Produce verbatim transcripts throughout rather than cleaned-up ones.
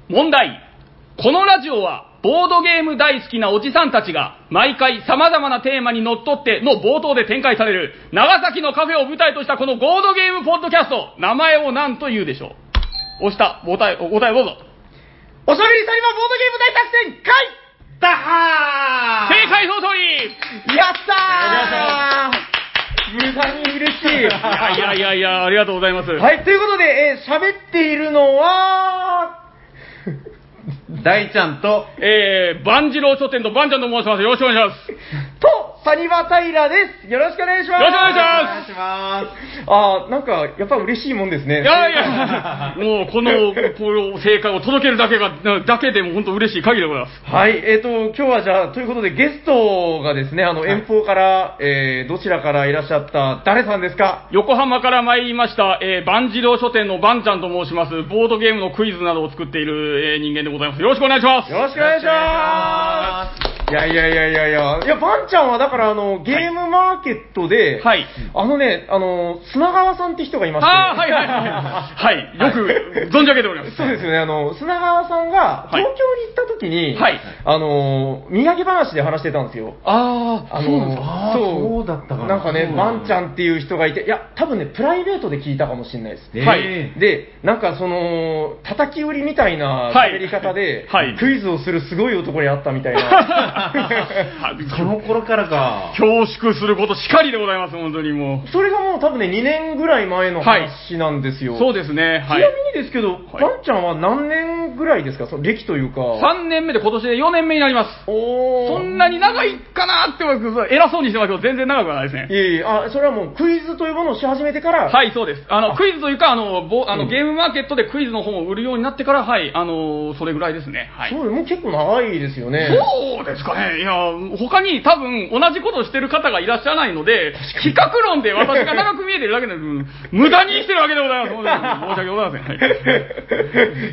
問題。このラジオは、ボードゲーム大好きなおじさんたちが、毎回様々なテーマにのっとっての冒頭で展開される、長崎のカフェを舞台としたこのボードゲームポッドキャスト、名前を何と言うでしょう。押した、お答え、お答えをどうぞ。 おしゃべりサニバボードゲーム大作戦会ダハー。 正解その通り。 やったー。無駄に嬉しい。いやいやいやいや、ありがとうございます。 はい、ということで、えー、喋っているのは、 大ちゃんと、 えー、万次郎書店の万ちゃんと申します。よろしくお願いします。 と、サニバタイラです。よろしくお願いします。 よろしくお願いします。 お願いします。 あー、なんか、やっぱ嬉しいもんですね。 いやいや、もうこの、この正解を届けるだけが、だけでも本当嬉しい限りでございます。 はい、えっ、ー、と、今日はじゃあ、ということでゲストがですね、あの、遠方から、えー、どちらからいらっしゃった誰さんですか？ 横浜から参りました、えー、万次郎書店の万ちゃんと申します。ボードゲームのクイズなどを作っている、えー、人間でございます。よろしくお願いします。 よろしくお願いします。いやいやいやいやいや、いや、バンちゃんはだからあの、ゲームマーケットで、 はい。 あのね、あの、砂川さんって人がいまして。 ああ、はいはいはい。はい。よく存じ上げております。 そうですよね、あの、砂川さんが東京に行った時に、 はい。 あの、土産話で話してたんですよ。 ああ、 あの、 そうなんですか。 そうそうだったかな。 なんかね、バンちゃんっていう人がいて、いや、多分ね、プライベートで聞いたかもしれないです。 はい。 で、なんかその、叩き売りみたいな喋り方で、 はい。 クイズをするすごい男に会ったみたいな。 その頃からか。 恐縮することしかりでございます、本当にもう。それがもう多分ね、にねんぐらい前の話なんですよ。 はい、そうですね。 はい。ちなみにですけど、バンちゃんは何年ぐらいですか、その歴というか。 さんねんめで今年でよねんめになります。おー。そんなに長いかなって偉そうにしてますけど、全然長くはないですね。 いえいえ、あ、それはもうクイズというものをし始めてから。 はい、そうです。あの、あクイズというか、あの、ぼあの、うん、ゲームマーケットでクイズの本を売るようになってから、はい、あの、それぐらいですね。はい。 そう、もう結構長いですよね。 そうですかね。いや、他に多分同じことをしてる方がいらっしゃらないので、比較論で私が長く見えてるだけで、無駄にしてるわけでございます。申し訳ございません。はい、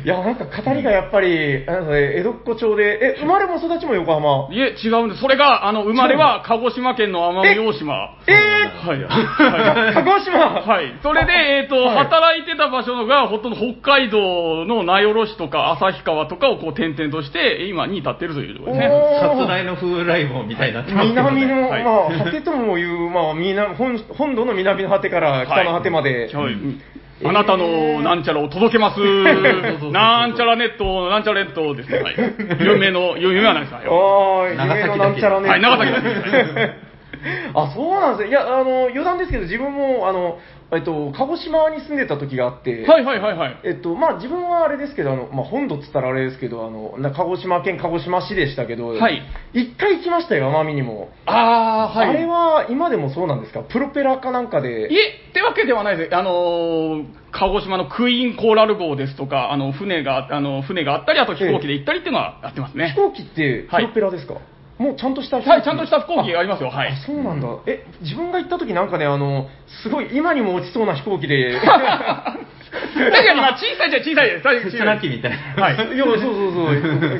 いや、なんか語りがやっぱり、あのね、江戸っ子町で、え、生まれも育ちも横浜？ いえ、違うんです。それが、あの、生まれは鹿児島県の奄美大島。 えー、 はい。はい、 鹿児島はい。それで、えっ、ー、と、はい、働いてた場所が、ほとんど北海道の名寄市とか旭川とかをこう転々として、今に至ってるというところですね。 さつらいの風来坊みたいになってますね。 南の、 はい、 まあ、果てとも言う、まあ、南本、本土の南の果てから北の果てまで。 はいはい、あなたのなんちゃらを届けます。なんちゃらネット、なんちゃらネットですね。はい。有名の、有名はないですか？ ああ、夢のなんちゃらネット。 はい、長崎です。 あ、そうなんですね。いや、あの、余談ですけど、自分も、あの、えっと、鹿児島に住んでた時があって、 はいはいはいはい。 えっと、まあ、自分はあれですけど、あの、まあ、本土っつったらあれですけど、あの、な鹿児島県鹿児島市でしたけど、 はい。 一回行きましたよ、奄美にも。 ああ、はい。 あれは、今でもそうなんですか？プロペラかなんかで。 いえ、ってわけではないです。あのー、鹿児島のクイーンコーラル号ですとか、あの、船が、あの、船があったり、あと飛行機で行ったりっていうのはやってますね。 飛行機って、プロペラですか？はい、もうちゃんとした飛行機？ はい、ちゃんとした飛行機がありますよ。はい。 あ、そうなんだ。え、自分が行った時なんかね、あの、すごい今にも落ちそうな飛行機で。 確かにまあ小さいじゃ小さいです。 小さいみたいな。 はい。いや、そうそうそう。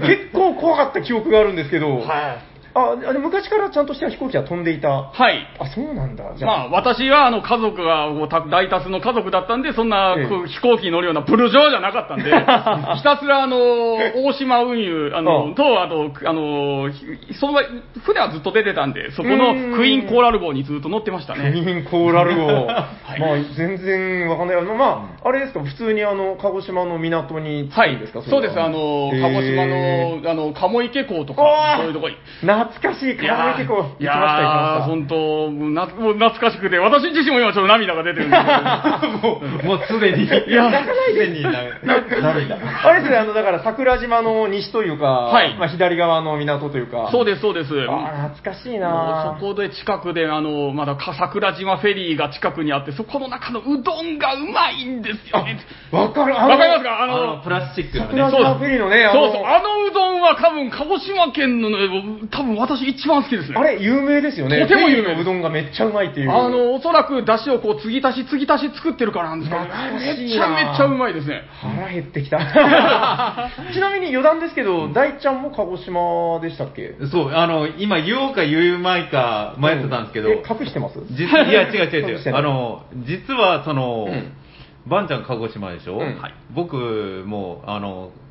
結構怖かった記憶があるんですけど。はい。あ、あれ昔からちゃんとした飛行機は飛んでいた。 はい。 あ、そうなんだ。 じゃあ。まあ、私は、あの、家族が、大多数の家族だったんで、そんな、ええ、飛行機に乗るようなプルジョーじゃなかったんで、ひたすら、あの、大島運輸、あの、ああと、あと、あの、その、船はずっと出てたんで、そこのクイーンコーラル号にずっと乗ってましたね。 クイーンコーラル号。はい、まあ、全然わかんない。あの、まあ、あれですか、普通にあの、鹿児島の港に着くんですか？ はい、そうです。あの、鹿児島の、あの、鴨池港とか、そういうとこに。 懐かしい、鴨池港行きました、行きました。 本当、なもう懐かしくて、私自身も今ちょっと涙が出てるんですけど。 もう、もうすでに。いや、泣かないで。 に涙。 あれですね、あの、だから桜島の西というか、 はい。 まあ、左側の港というか。 そうです、そうです。 あ、懐かしいなそこで近くで、あの、まだ桜島フェリーが近くにあって、そこの中のうどんがうまいんですよね。 わかる、 わかりますか？あの、 あのプラスチックのね。 桜島フェリーのね、 そうそう、あのうどんは多分、鹿児島県のね、多分私一番好きですね。 あれ、有名ですよね。 とても有名のうどんがめっちゃうまいっていう。 あの、おそらく出汁をこう、継ぎ足し継ぎ足し作ってるからなんですかね。めちゃめちゃうまいですね。 腹減ってきた。ちなみに余談ですけど、大ちゃんも鹿児島でしたっけ？ そう、あの、今言おうか言うまいか迷ってたんですけど。 うん、え、隠してます？ 実いや、違う違う違う。あの、実はその、 うん、 ばんちゃん鹿児島でしょ、 うん、 僕も、あの、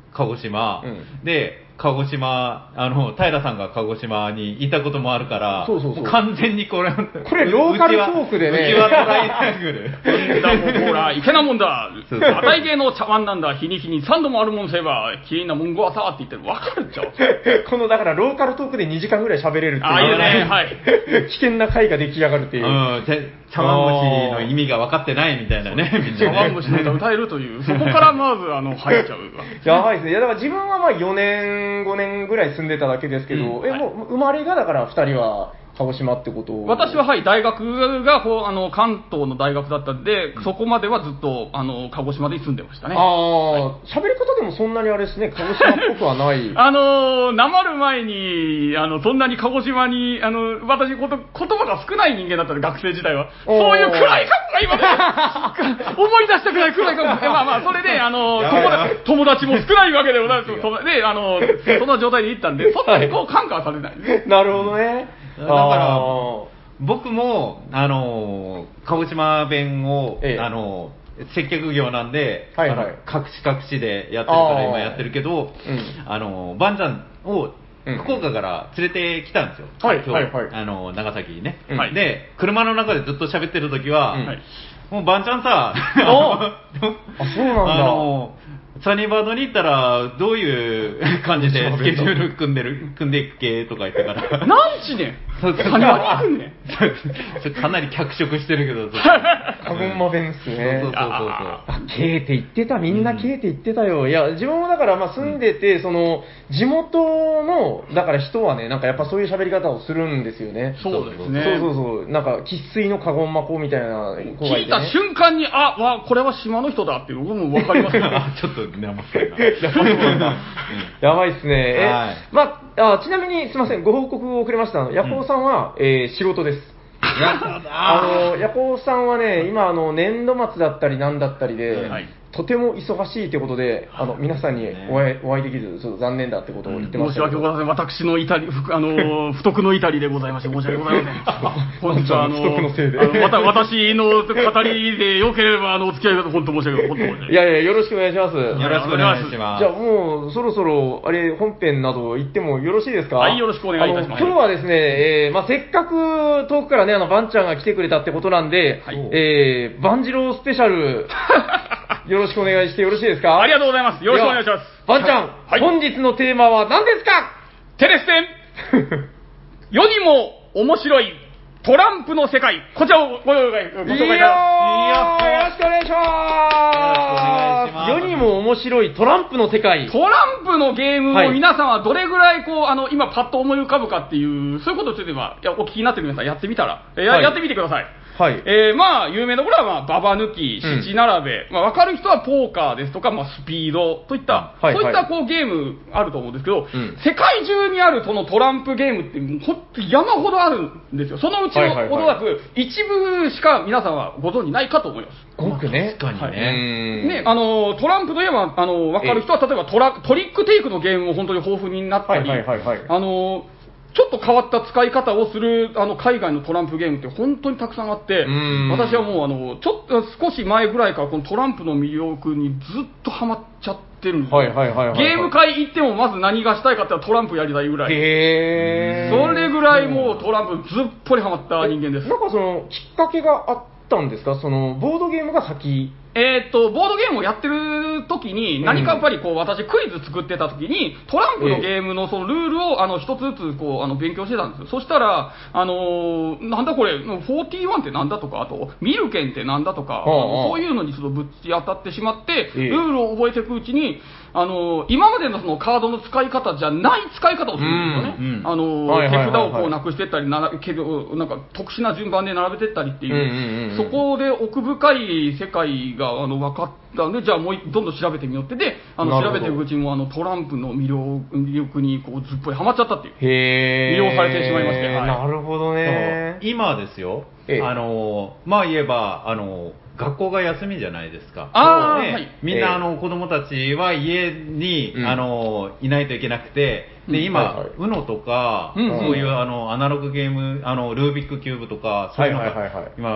鹿児島、 うんで、鹿児島、あの、平さんが鹿児島にいたこともあるから、 そうそうそうも完全にこれ、 これローカルトークでねうちはトライアングル。 だもうほら、いけなもんだ。 そうそう値芸の茶碗なんだ。日に日に三度もあるもんせば、きれいなもんごはさって言ってる。わかるっちゃう。 この、だからローカルトークでにじかんぐらい喋れるっていう。 ああ、いいね。はい。 危険な回が出来上がるっていう。 うん、茶碗蒸しの意味が分かってないみたいなね、みん茶なね碗蒸しの歌歌えるという、そこからまず、あの、入っちゃうわ。 やばいですね。いや、だから自分はまあよねん、ごねんぐらい住んでただけですけど、 うんえ、もう生まれがだからふたりは鹿児島ってことを私は、はい、大学がこうあの関東の大学だったんで、そこまではずっとあの鹿児島で住んでましたね。 ああ、喋、り方でもそんなにあれですね、鹿児島っぽくはない。 あのー、なまる前に、あの、そんなに鹿児島に、あの、私こと、言葉が少ない人間だったので、学生時代は。 おーそういう暗い過去が今ね、思い出したくない暗い過去が。まあまあ、それで、あの、 やばいやばい友達友達も少ないわけでございますよ。で、あの、その状態で行ったんで、そんなにこう、感化はされないですね。 なるほどね。 だからあ僕も、あの、鹿児島弁を、 ええあの、接客業なんで、 はいはいあの各地各地でやってるからあー今やってるけど、 うんあの、バンちゃんをうん福岡から連れてきたんですよ。 はい今日、 はいはいあの、長崎にね。 うんで、車の中でずっと喋ってる時は、 うんはいもうバンちゃんさ、 おあそうなんだあの、サニーバードに行ったら、どういう感じでスケジュール組んでる、組んでいくけとか言ってから。 何時ねんそうそう何が行くんねんそれかなり脚色してるけど、 カゴンマ弁っすね。 そうそうそうそう。 あ、K って言ってた、みんな K って言ってたよ。いや、自分もだから、まあ住んでて、その、地元の、だから人はね、なんかやっぱそういう喋り方をするんですよね。 そうですね。 そうそうそう。なんか、生粋のカゴンマ子みたいな子がいて、ね。 聞いた瞬間に、あ、わ、これは島の人だっていうのも分かりますよ。 あちょっと生臭いな。 やばそうなんだやばいっすね。え、 はいまあ、あ、ちなみに、すみません、ご報告を遅れました。あのヤコウさんは、えー仕事です。あの、ヤコウさんはね、今、あの、年度末だったりなんだったりで、 はいとても忙しいということで、あの、皆さんにお会いお会いできず、ちょっと残念だってことを言ってま申しけど。 した訳ございません。私の至り、ふあの、不徳の至りでございまして、申し訳ございません。本日は、あの、 不徳のせいであのまた私の語りでよければ、あの、お付き合いが本当申し訳ございません。 いやいや、よろしくお願いします。 よろしくお願いします。 じゃあもう、そろそろ、あれ、本編など行ってもよろしいですか？ はいよろしくお願いいたしますあの今日はですね、えーまあ、せっかく遠くからね、あの、バンちゃんが来てくれたってことなんで、 はいえー、バンジロースペシャル、よろしくお願いしてよろしいですか？ ありがとうございます。よろしくお願いします。 ではバンちゃん、 はい本日のテーマは何ですか？ テレステン世にも面白いトランプの世界、こちらをご紹介ご紹介します。 いやーよろしくお願いします。 よろしくお願いします世にも面白いトランプの世界。 トランプのゲームはいを皆さんはどれぐらいこう、あの、今パッと思い浮かぶかっていう、そういうことをちょっと今、いやお聞きになってる皆さんやってみたら、えやはいやってみてください。 はい。 えー、まあ、有名なところは、まあ、ババ抜き、 うん七並べ、まあ、わかる人はポーカーですとか、まあ、スピードといった、 はいそういったはいこうゲームあると思うんですけど、 ん世界中にあるそのトランプゲームって、ほんと山ほどあるんですよ。そのうちのはいはいはいおそらく一部しか皆さんはご存じないかと思います。 ごくね。 確かにね。 うんね、あのトランプといえば、あの分かる人は、例えばトラトリックテイクのゲームも本当に豊富になったり、 はいはいはいはいあのちょっと変わった使い方をするあの海外のトランプゲームって本当にたくさんあってう、ん私はもうあのちょっと少し前ぐらいからこのトランプの魅力にずっとハマっちゃってるんですよ。 はいはいはいはいはいゲーム会行ってもまず何がしたいかって言ったらトランプやりたいぐらい。 へーそれぐらいもうトランプずっぽりハマった人間です。 なんかその、きっかけがあったんですか？その、ボードゲームが先。 えーっと、ボードゲームをやってる時に、何かやっぱりこう、私クイズ作ってた時に、トランプのゲームのそのルールを、あの、一つずつこう、あの、勉強してたんですよ。そしたら、あのーなんだこれ、よんじゅういちってなんだとか、あと、ミルケンってなんだとか、あのそういうのにちょっとぶち当たってしまって、 ええルールを覚えていくうちに、あのー今までのそのカードの使い方じゃない使い方をするんですよね。 うんうんあのーはいはいはいはい手札をこうなくしてったりなら、けど、なんか特殊な順番で並べてったりっていう、 うんうんうんうんそこで奥深い世界があの分かったんで、じゃあもう一どんどん調べてみようってで、あのなるほど調べていくうちにもあのトランプの魅力魅力にこうずっぽりハマっちゃったっていう。 へー。 魅了されてしまいましてはいなるほどね。 今ですよ、 ええあの、まあ言えば、あの、学校が休みじゃないですか。であーはいみんな、 ええあの、子供たちは家に、 うんあの、いないといけなくて、で、 うん今、 はいはいウノ とか、 うんそういう、あの、アナログゲーム、あの、ルービックキューブとか、そういうのが、 はいはいはいはい今、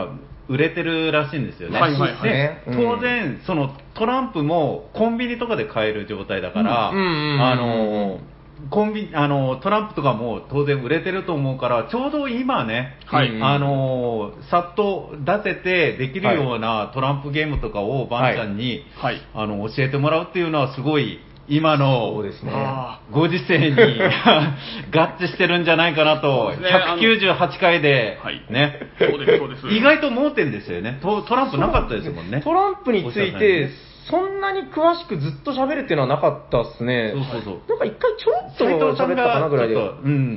売れてるらしいんですよね。 はいはいはいで、当然、そのトランプもコンビニとかで買える状態だから、 うんうんうんうん、 あの、コンビあのトランプとかも当然売れてると思うから、ちょうど今ね、 はい、 あのさっと出せてできるようなトランプゲームとかをバンちゃんに、 はいはい、 あの教えてもらうっていうのはすごい今のそうですね、 ご時世に合致してるんじゃないかなと、ひゃくきゅうじゅうはちかいで、ね、 そうですそうです意外と盲点ですよね。ト、トランプなかったですもんね。 トランプについてそんなに詳しくずっと喋るっていうのはなかったっすね。 そうそうそう。 なんか一回ちょろっと喋ったかなぐらいで。うん。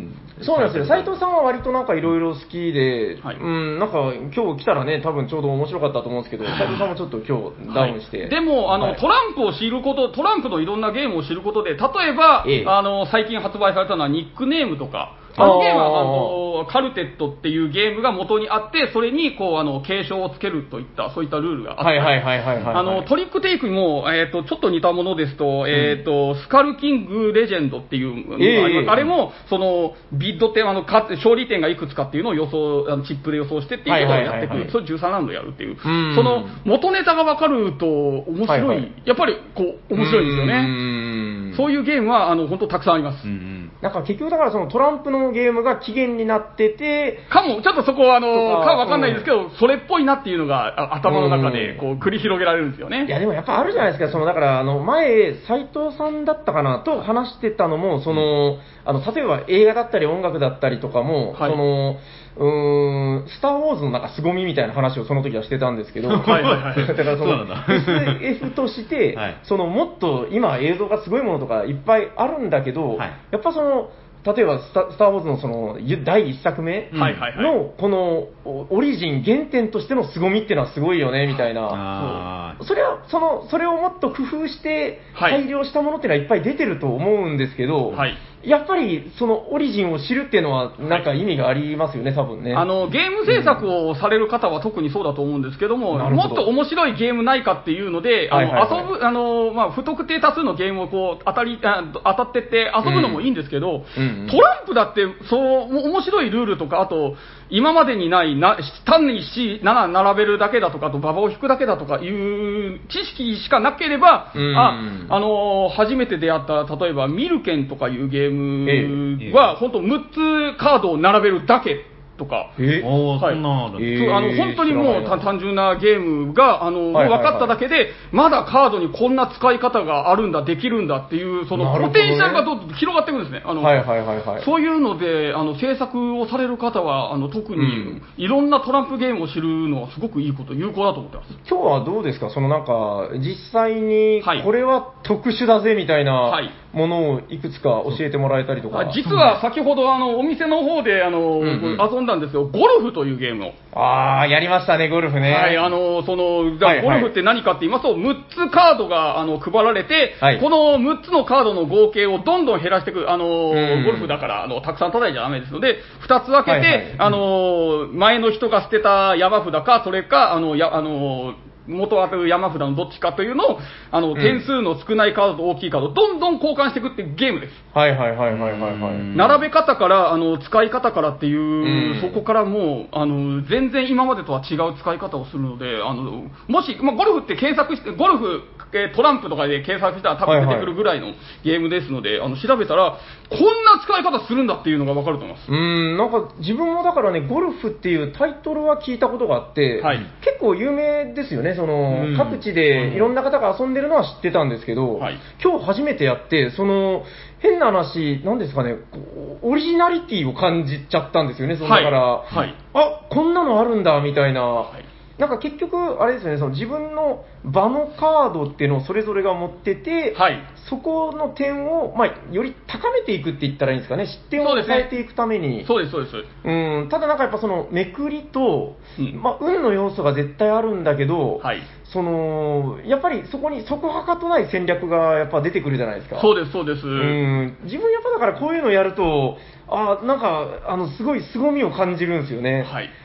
そうなんですよ。斉藤さんは割となんかいろいろ好きで、はい、うん、なんか今日来たらね、多分ちょうど面白かったと思うんですけど、斉藤さんもちょっと今日ダウンして。はい、 でも、あの、はい、トランプを知ること、トランプのいろんなゲームを知ることで、例えば、ええ、あの、最近発売されたのはニックネームとか、あのゲームはあのカルテットっていうゲームが元にあって、それにこうあの継承をつけるといったそういったルールがあって、あのトリックテイクにも、えー、とちょっと似たものですと、えーと、スカルキングレジェンドっていうのがあります、えー、あれもそのビッド点あの勝利点がいくつかっていうのを予想あのチップで予想してっていうことをやっていく、それじゅうさんラウンドやるっていう、その元ネタが分かると面白い、はいはい、やっぱりこう面白いですよね。そういうゲームはあの本当たくさんあります。 うんうん、なんか結局だからそのトランプのゲームが起源になっててかも、ちょっとそこはあのかわかんないですけど、うん、それっぽいなっていうのが頭の中でこう繰り広げられるんですよね。 いやでもやっぱあるじゃないですか。そのだからあの前斉藤さんだったかなと話してたのもその、うん、あの例えば映画だったり音楽だったりとかも、はい、そのうーんスター・ウォーズのなんか凄みみたいな話をその時はしてたんですけど、はいはいはい、だからその エスエフ として、はい、そのもっと今映像がすごいものとかいっぱいあるんだけど、はい、やっぱその例えばスタ、スター・ウォーズのそのだいいっさくめのこのオリジン原点としての凄みっていうのはすごいよねみたいな、それはそのそれをもっと工夫して改良したものっていうのはいっぱい出てると思うんですけど、はい、やっぱりそのオリジンを知るっていうのはなんか意味がありますよね、多分ね。 あのゲーム制作をされる方は特にそうだと思うんですけども、うん、もっと面白いゲームないかっていうので、あの、はいはいはい、遊ぶあの、まあ、不特定多数のゲームをこう当たりあ当たってって遊ぶのもいいんですけど、うんうんうん、トランプだってそう面白いルールとか、あと今までにないな単になな並べるだけだとか、あと馬場を引くだけだとかいう知識しかなければ、うん、ああの初めて出会った例えばミルケンとかいうゲームは本当むっつカードを並べるだけとか、 えー、はい、そんなの、 えー、あの本当にもう単純なゲームがあの、はいはいはい、分かっただけで、まだカードにこんな使い方があるんだ、できるんだっていうそのポテンシャルがどんどん広がっていくんですね。あの、はいはいはいはい、そういうのであの制作をされる方はあの特に、うん、いろんなトランプゲームを知るのはすごくいいこと、有効だと思ってます。 今日はどうですか、そのなんか実際にこれは特殊だぜみたいなものをいくつか教えてもらえたりとか。 はい、実は先ほどあのお店の方であの、うんうん、遊んだんですよ、ゴルフというゲームを。 ああ、やりましたね、ゴルフね。 はい、あの、その、じゃあゴルフって何かって言いますと、むっつカードが、あの、配られて、はい、このむっつのカードの合計をどんどん減らしていく、あの、ゴルフだから、あの、たくさん叩いちゃダメですので、ふたつ分けて、はいはい、あの、前の人が捨てた山札か、それか、あの、や、あの、元当たる山札のどっちかというのを、あの、うん、点数の少ないカードと大きいカードをどんどん交換していくっていうゲームです。 はいはいはいはいはい、はい。 並べ方から、あの、使い方からっていう、うん、そこからもう、あの、全然今までとは違う使い方をするので、あの、もし、まあ、ゴルフって検索して、ゴルフ、えトランプとかで検索したら多分出てくるぐらいのゲームですので、はいはい、あの、調べたら、こんな使い方するんだっていうのがわかると思います。 うーん、なんか自分もだからね、ゴルフっていうタイトルは聞いたことがあって、はい、結構有名ですよね、その、各地でいろんな方が遊んでるのは知ってたんですけど、はい、今日初めてやって、その、変な話、なんですかね、オリジナリティを感じちゃったんですよね、そのだから、はいはい、あ、こんなのあるんだ、みたいな。はい、なんか結局、あれですよね、その自分の場のカードっていうのをそれぞれが持ってて、はい、そこの点を、まあ、より高めていくって言ったらいいんですかね、失点を抑えていくために。 そうです、そうです。 うん、ただなんかやっぱそのめくりと、うん、まあ、運の要素が絶対あるんだけど、はい、そのやっぱりそこにそこはかとない戦略がやっぱ出てくるじゃないですか。 そうです、そうです。うん、自分やっぱだからこういうのやると、あ、なんかあのすごい凄みを感じるんですよね。はい。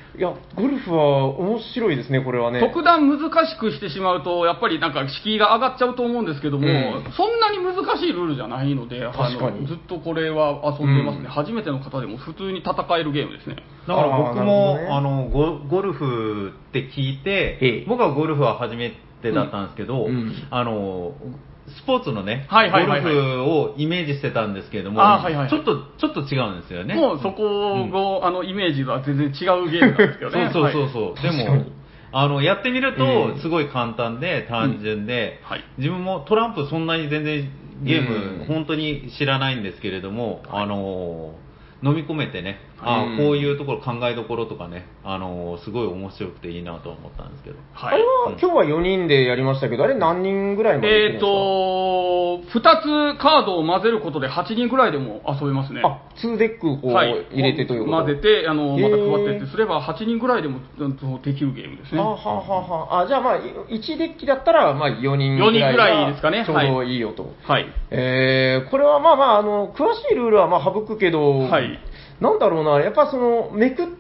いや、ゴルフは面白いですね、これはね。 特段難しくしてしまうと、やっぱりなんか敷居が上がっちゃうと思うんですけども、うん、そんなに難しいルールじゃないので、 確かにずっとこれは遊んでますね、うん、初めての方でも普通に戦えるゲームですね。 だから僕も、あ、ね、あの ゴ, ゴルフって聞いて、ええ、僕はゴルフは初めてだったんですけど、うんうん、あのスポーツのね、はいはいはいはい、ゴルフをイメージしてたんですけれども、はいはいはい、ちょっと、ちょっと違うんですよね。 もうそこの、うん、あのイメージは全然違うゲームなんですけどね。 そうそうそうそう。はい、でも、あの、やってみると、すごい簡単で、単純で、うんはい、自分もトランプそんなに全然ゲーム、うん、本当に知らないんですけれども、あのー、飲み込めてね、ああこういうところ考えどころとかね、あのー、すごい面白くていいなと思ったんですけど、 はい、あれは、うん、今日はよにんでやりましたけど、あれ何人ぐらいまでできるんですか？ えーとふたつカードを混ぜることではちにんぐらいでも遊べますね。 あ、にデックを入れてということ、 はい、混ぜてあのまた配ってってすればはちにんぐらいでもできるゲームですね。 はあ、はあはあ、あ、じゃあまあいちデッキだったらまあよにんぐらいよにんぐらいですかね。 ちょうどいいよと。 はい。 えー、これはまあまああの詳しいルールはまあ省くけど、はい。なんだろうな、やっぱその、めくって、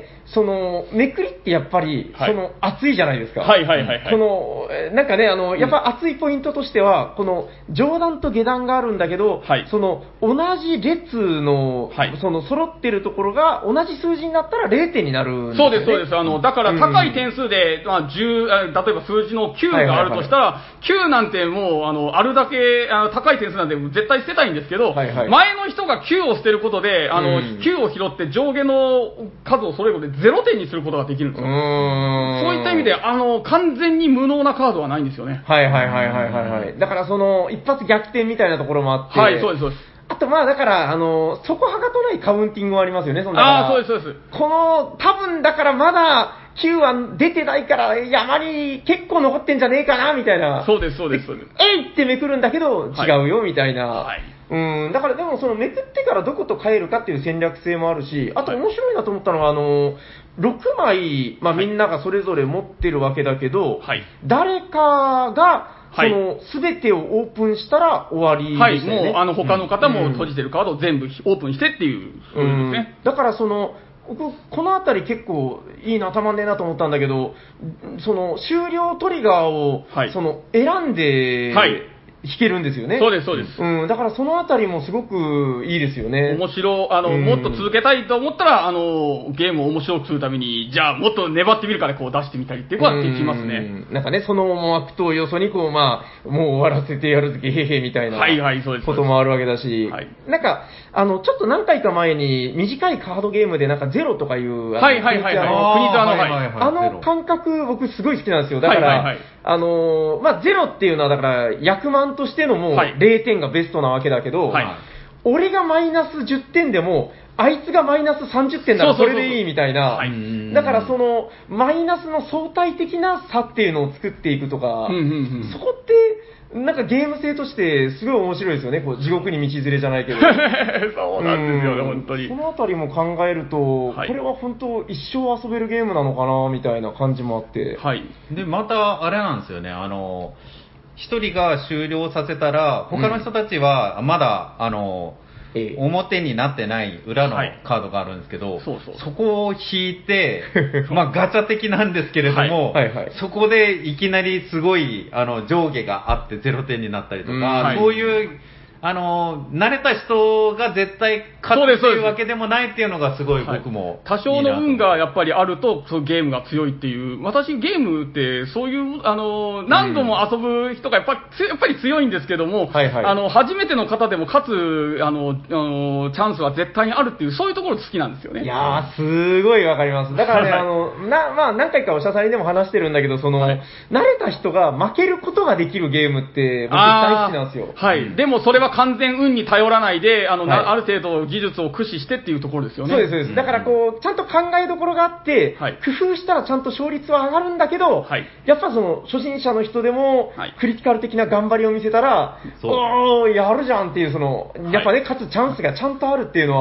その、めくりってやっぱり、はい、その、熱いじゃないですか。 はいはいはい、はい。 この、なんかね、あの、やっぱ熱いポイントとしては、この、上段と下段があるんだけど、はい、その、同じ列の、はい、その、揃ってるところが、同じ数字になったられいてんになるんですよね。 そうです、そうです。あの、だから高い点数で、まあ、じゅう、例えば数字のきゅうがあるとしたら、はいはいはい、きゅうなんてもう、あの、あるだけ、あの高い点数なんで絶対捨てたいんですけど、はいはい、前の人がきゅうを捨てることで、あの、うん、きゅうを拾って上下の数をそれぞれゼロてんにすることができるんですよ。うーん、そういった意味で、あの、完全に無能なカードはないんですよね。 はいはいはいはいはい、はい。だからその、一発逆転みたいなところもあって。 はい、そうですそうです。 あとまあだから、あの、そこはがとないカウンティングはありますよね、そんな。 ああ、そうですそうです。 この、多分だからまだ、きゅうは出てないから、山に結構残ってんじゃねえかな、みたいな。 そうですそうですそうです。 えいってめくるんだけど、違うよ、みたいな。はい。はい、うん、だからでもそのめくってからどこと変えるかっていう戦略性もあるし、あと面白いなと思ったのは、あの、ろくまい、まあみんながそれぞれ持ってるわけだけど、はい、誰かが、その、すべてをオープンしたら終わりですよね。 はい、もう、あの、他の方も閉じてるカードを全部オープンしてっていう、そうですね。 だからその、僕、このあたり結構いいな、たまんねえなと思ったんだけど、その、終了トリガーを、はい、その、選んで、はい、弾けるんですよね。 そうです、そうです。 うん、だからそのあたりもすごくいいですよね。 面白、あの、うん、もっと続けたいと思ったら、あの、ゲームを面白くするために、じゃあもっと粘ってみるからこう出してみたりっていうことはできますね。 なんかね、その思惑とよそにこう、まあ、もう終わらせてやるとき、へへみたいな、 はいはい、そうです。 こともあるわけだし、はい、なんか、あの、ちょっと何回か前に、短いカードゲームでなんかゼロとかいう、 はいはいはい、はい、国座の、はいはいはい、 あの感覚、僕すごい好きなんですよ。だから、はいはいはい、あの、まあ、ゼロっていうのは、だから、役満としてのもう、はい、れいてんがベストなわけだけど、はい、俺がマイナスじゅってんでも、あいつがマイナスさんじゅってんならそれでいいみたいな、だからその、マイナスの相対的な差っていうのを作っていくとか、うんうんうん、そこって、なんかゲーム性としてすごい面白いですよね。こう地獄に道連れじゃないけど。 そうなんですよね、本当に。 そのあたりも考えると、はい、これは本当一生遊べるゲームなのかな、みたいな感じもあって。 はい。で、また、あれなんですよね、あの、一人が終了させたら、他の人たちはまだ、うん、あの、ええ、表になってない裏のカードがあるんですけど、はい、そうそうそこを引いて、まあガチャ的なんですけれども、はいはいはい、そこでいきなりすごいあの上下があってゼロてんになったりとか、はい、そういうあの慣れた人が絶対勝つっていうわけでもないっていうのがすごい僕もいい、多少の運がやっぱりあるとそうゲームが強いっていう、私ゲームってそういうあの何度も遊ぶ人がやっぱりやっぱり強いんですけども、はいはい、あの初めての方でも勝つあのあのチャンスは絶対にあるっていう、そういうところ好きなんですよね。 いやーすごいわかります。だからね、あのなまあ何回かおしゃさんにでも話してるんだけど、その、はい、慣れた人が負けることができるゲームって僕大好きなんですよ。 はい。でもそれは完全運に頼らないで、あの、はい、ある程度技術を駆使してっていうところですよね。 そうです、そうです。だからこう、ちゃんと考えどころがあって、はい、工夫したらちゃんと勝率は上がるんだけど、はい、やっぱその、初心者の人でも、クリティカル的な頑張りを見せたら、はい、おー、やるじゃんっていう、その、やっぱね、勝つチャンスがちゃんとあるっていうのは、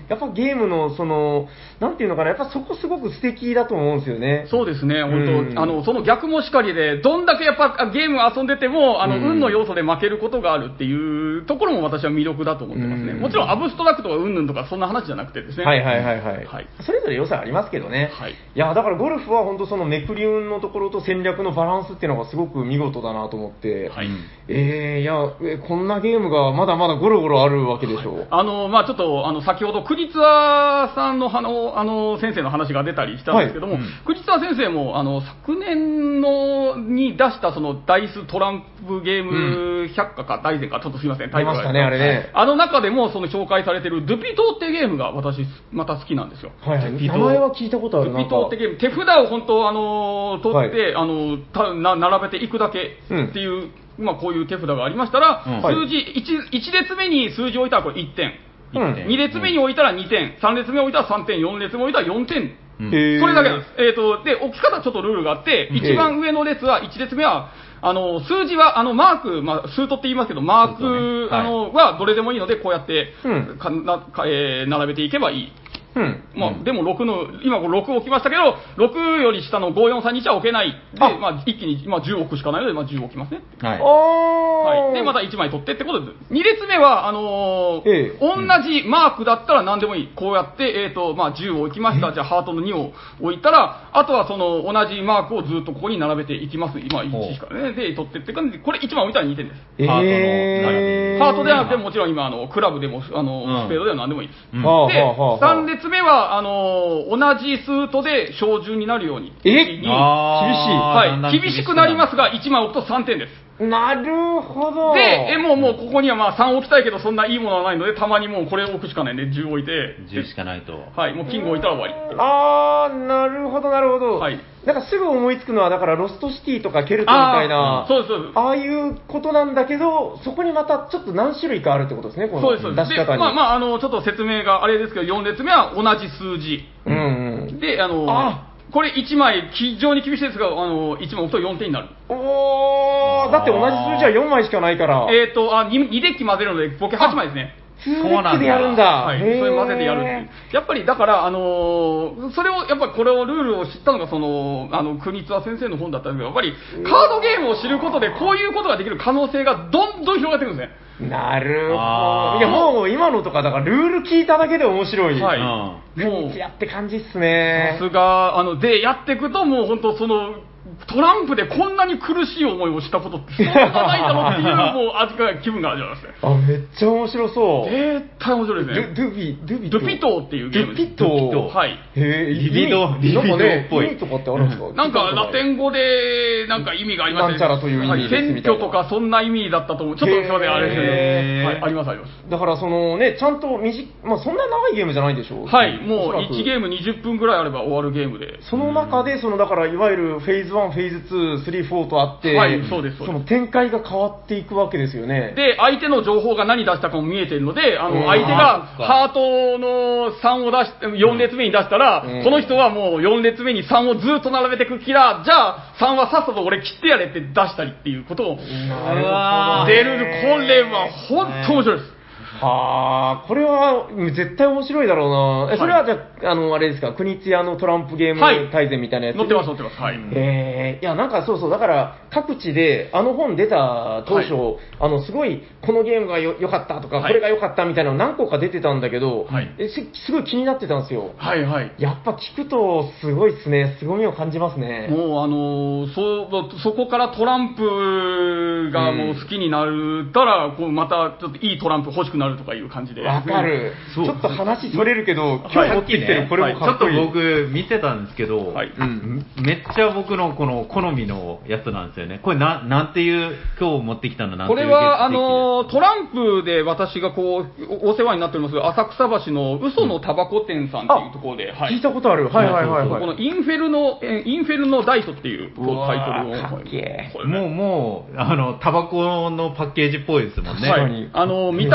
やっぱゲームの、その、なんていうのかな、やっぱそこすごく素敵だと思うんですよね。 そうですね、本当、あの、その逆もしかりで、どんだけやっぱゲーム遊んでても、あの、運の要素で負けることがあるっていうところも私は魅力だと思ってますね。もちろん、アブストラクトがうんぬんとか、そんな話じゃなくてですね。 はいはいはいはい。はい、それぞれ良さありますけどね。はい。いや、だからゴルフは本当そのめくり運のところと戦略のバランスっていうのがすごく見事だなと思って、はい。えー、いや、えこんなゲームがまだまだゴロゴロあるわけでしょう。はい、 あの、まあちょっと、あの、先ほど、クリツアさんの、あの、あの、先生の話が出たりしたんですけども、はい、うん、クリツア先生も、あの、昨年の、に出したその、ダイストランプゲーム百科か、大全か、ちょっとすいません、 タイトルが。出ましたね、あれね。 あの中でも、その紹介されてる、ドゥピトーってゲームが私、また好きなんですよ。 はいはい。名前は聞いたことあるな。 ドゥピトーってゲーム、手札を本当、あの、取って、はい、あの、たな並べていくだけっていう、うんまあ、こういう手札がありましたら、うん、数字 1, いち列目に数字を置いたらこれいってん、うん、に列目に置いたらにてん、さん列目に置いたらさんてん、よん列目に置いたらよんてん、うん、それだけなんです。えーと、で、置き方ちょっとルールがあって、一番上の列はいち列目は、あの、数字は、あの、マーク、まあ、数とって言いますけど、マーク、ねはい、あの、はどれでもいいので、こうやって、うん、かなかえー、並べていけばいい。うん。まあ、でもろくの、今これろく置きましたけど、ろくより下のご、よん、さん、には置けない。で、まあ、一気に、まあ、じゅう置くしかないので、まあ、じゅう置きますね。はい。はい。で、またいちまい取ってってことで、に列目は、あのーええ、同じマークだったら何でもいい。こうやって、えっ、ー、と、まあ、じゅうを置きました。じゃあ、ハートのにを置いたら、あとはその、同じマークをずっとここに並べていきます。今、いちしかね。で、取ってって感じで、これいちまい置いたらにてんです。えー、ハートの並び。ハートではなくても、もちろん今、あの、クラブでも、あの、うん、スペードでは何でもいいです。うん、で、さん列目は、あの、同じスートで小順になるように。 え厳しい。 はい。厳しくなりますが、いちまい置くとさんてんです。 なるほど。 で、え、もう、もう、ここにはまあさん置きたいけど、そんないいものはないので、たまにもうこれを置くしかないんで、じゅう置いて。 じゅうしかないと。 はい。もうキング置いたら終わり。 あー、なるほど、なるほど。はい。なんかすぐ思いつくのは、だからロストシティとかケルトみたいな、 あ、そうです、そうです。 ああいうことなんだけど、そこにまたちょっと何種類かあるってことですね、この出し方に。そうです、そうです。で、 まあまあ、あの、ちょっと説明があれですけど、よん列目は同じ数字。うんうん。で、あの、あこれいちまい、非常に厳しいですが、あの、いちまい置くとよんてんになる。 おー、だって同じ数字はよんまいしかないから。 えっ、ー、と、あ、に, にデッキ混ぜるので、合計はちまいですね。 ツーデッキでやるんだ。 はい。それ混ぜてやるっていう。やっぱり、だから、あのー、それを、やっぱりこれをルールを知ったのが、その、あの、国津先生の本だったんですけど、やっぱり、カードゲームを知ることで、こういうことができる可能性がどんどん広がってくるんですね。 なるほど。いや、もう今のとか、だからルール聞いただけで面白い。はい。もう、やって感じっすね。 さすが、あの、で、やっていくと、もう本当その、トランプでこんなに苦しい思いをしたことってそんなないだろうっていう、もう味が、気分が味わいますね。 あ、めっちゃ面白そう。 絶対面白いですね。 ドゥビ、ドゥビドゥピトーっていうゲームです。 ドゥピトー。 はい。 へぇ、リビド、リビドっぽい。 意味とかってあるんですか？ なんかラテン語で、なんか意味がありますね。なんちゃらという意味ですみたいな。選挙とかそんな意味だったと思う。ちょっとすいません、あれですけど。はい、あります、あります。 だからそのね、ちゃんと短、まあそんな長いゲームじゃないでしょう。 はい、もういちゲームにじゅっぷんぐらいあれば終わるゲームで。 その中で、そのだからいわゆるフェーズワン、フェーズツー、スリー、フォーとあって、 はい、そうです、 その展開が変わっていくわけですよね。 で、相手の情報が何出したかも見えてるので、あの、相手がハートのさんを出し、よん列目に出したら、うん、この人はもうよん列目にさんをずっと並べていく気だ、じゃあさんはさっさと俺切ってやれって出したりっていうことを、出る、これは本当面白いです。 はあ、これは絶対面白いだろうな。え、それはじゃあ、あの、あれですか、国津屋のトランプゲーム大全みたいなやつ、 はい、載ってます、載ってます。はい。 えー、いや、なんかそうそう、だから、各地で、あの本出た当初、はい、あの、すごい、このゲームがよ良かったとか、はい、これが良かったみたいなの何個か出てたんだけど、はい、えす、すごい気になってたんですよ。 はいはい。 やっぱ聞くと、すごいっすね。凄みを感じますね。 もう、あのー、そ、そこからトランプがもう好きになるたら、うん、こう、また、ちょっといいトランプ欲しくなるとかいう感じで。 わかる。ちょっと話それるけど、今日持ってきてるこれもかっこいい。 ちょっと僕見てたんですけど、はいうん、めっちゃ僕のこの好みのやつなんですよね。これな、なんていう、今日持ってきたのなんていうこれは、あの、トランプで私がこう、お世話になっております、浅草橋の嘘のタバコ店さんっていうところで、 はい、聞いたことある。はいはいはい、はい。 このインフェルノ、インフェルノダイトっていうタイトルを。 かっけー。もう、もう、あの、タバコのパッケージっぽいですもんね。 はい。あの、見た目が本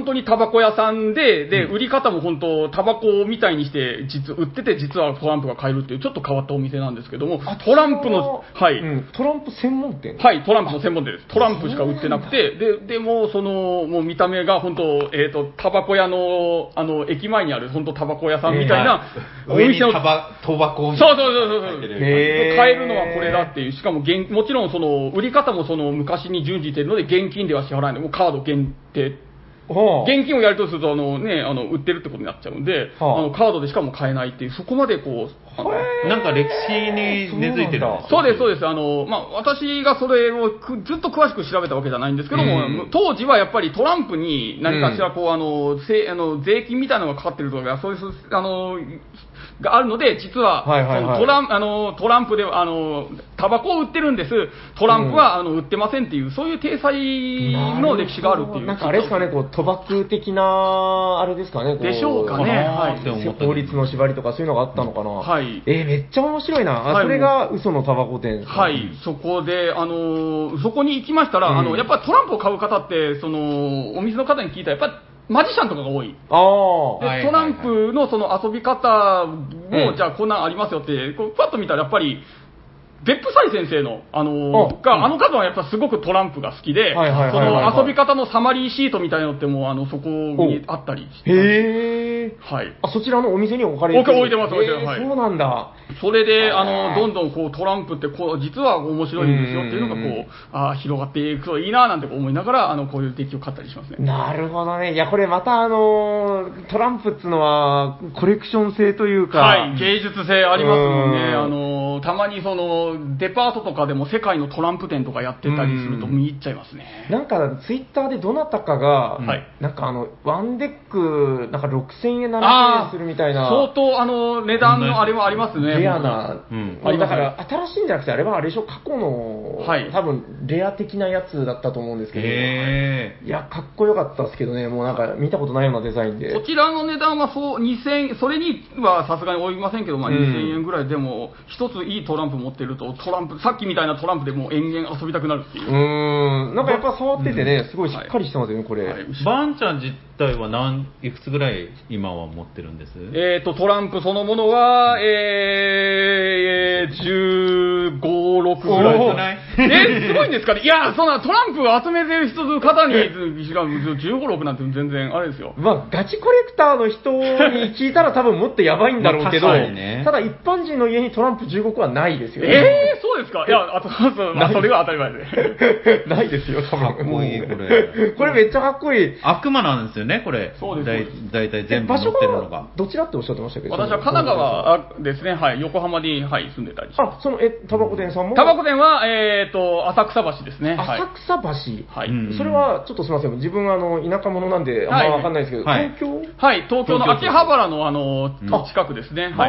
本当にタバコ屋さんで、で、売り方も本当、タバコみたいにして、実、売ってて実はトランプが買えるっていう、ちょっと変わったお店なんですけども、トランプの、はい、うん。 トランプ専門店はい、トランプの専門店です。トランプしか売ってなくて、で、でも、その、もう見た目が本当、えっ、ー、と、タバコ屋の、あの、駅前にある本当タバコ屋さんみたいな、 お店のタバ、タバコみたいな。 そうそうそうそう。買えるのはこれだっていう、しかも現、もちろんその、売り方もその、昔に準じてるので、現金では支払えない。もうカード限定。現金をやりとすると、あのね、あの、売ってるってことになっちゃうんで、はあ、あの、カードでしかも買えないっていう、そこまでこう、なんか歴史に根付いてるんですか？ そうです、そうです。あの、まあ、私がそれをずっと詳しく調べたわけじゃないんですけども、当時はやっぱりトランプに何かしらこう、あの、せあの税金みたいなのがかかってるとか、そういう、あの、があるので、実は、はいはいはい、トランあのトランプであのタバコを売ってるんです、トランプは、うん、あの売ってませんっていう、そういう体裁の歴史があるっていう、 なんかあれですかね、こう賭博的な、あれですかね、 でしょうかね、はい、 法律の縛りとかそういうのがあったのかな、 はい、 えー、めっちゃ面白いな、あ、はい、それが嘘のタバコ店ですか、 はい、そこで、あのそこに行きましたら、うん、あのやっぱりトランプを買う方って、そのお店の方に聞いたら、やっぱりマジシャンとかが多い。 あで、トランプのその遊び方を、うん、じゃあこんなんありますよって、こうパッと見たらやっぱり、別府斎先生の、あのー、が、あの方はやっぱすごくトランプが好きで、その遊び方のサマリーシートみたいなのってもう、あの、そこにあったりして。 へー。 はい。 あ、そちらのお店に置かれてる？ 置いてます、置いてます。はい。 そうなんだ。 それで、あの、どんどんこう、トランプってこう、実は面白いんですよっていうのがこう、あ広がっていくといいななんて思いながら、あの、こういうデッキを買ったりしますね。 なるほどね。いや、これまたあの、トランプっていうのは、コレクション性というか。 はい、芸術性ありますもんね。あの、たまにその、デパートとかでも世界のトランプ店とかやってたりすると見入っちゃいますね。 なんかツイッターでどなたかが、はい、なんかあのワンデックなんかろくせんえんななせんえんするみたいな、 相当あの値段のあれはありますね。 レアな、うん、あれだから新しいんじゃなくてあれはあれでしょ、過去の、はい、多分レア的なやつだったと思うんですけど、 へいやかっこよかったですけどね、もうなんか見たことないようなデザインで。 こちらの値段はそうにせん、それにはさすがに及びませんけど、まあ、にせんえんぐらいでも一ついいトランプ持ってると、トランプさっきみたいなトランプでもう延々遊びたくなるっていう。うーん、なんかやっぱ触っててね、すごいしっかりしてますよね、これ。はい、 バンちゃん自体は何いくつぐらい今は持ってるんです？ えーと、トランプそのものは、えー、じゅうご、ろくぐらいですね。えー、すごいんですかね。いや、そんなトランプを集めてる人の方に、しかもじゅうご、ろくなんて全然あれですよ。 まあ、ガチコレクターの人に聞いたら多分もっとやばいんだろうけど、まあね、ただ一般人の家にトランプじゅうごこはないですよね。 えー、そうですか。いや、あと、まあ、それが当たり前で。 ないですよ、多分。 かっこいい、これ。 これめっちゃかっこいい。 悪魔なんですよね、これ。そうです。だいたい全部持ってるのが。 どちらっておっしゃってましたけど。 私は神奈川ですね、はい、横浜に、はい、住んでたりします。 あ、その、え、タバコ店さんもタバコ店は、えーと、浅草橋ですね。 浅草橋、 はい。 それは、ちょっとすみません。自分は、あの、田舎者なんで、あんまわかんないですけど、はい、東京はい、東京の秋葉原の、あの、近くですね。はい。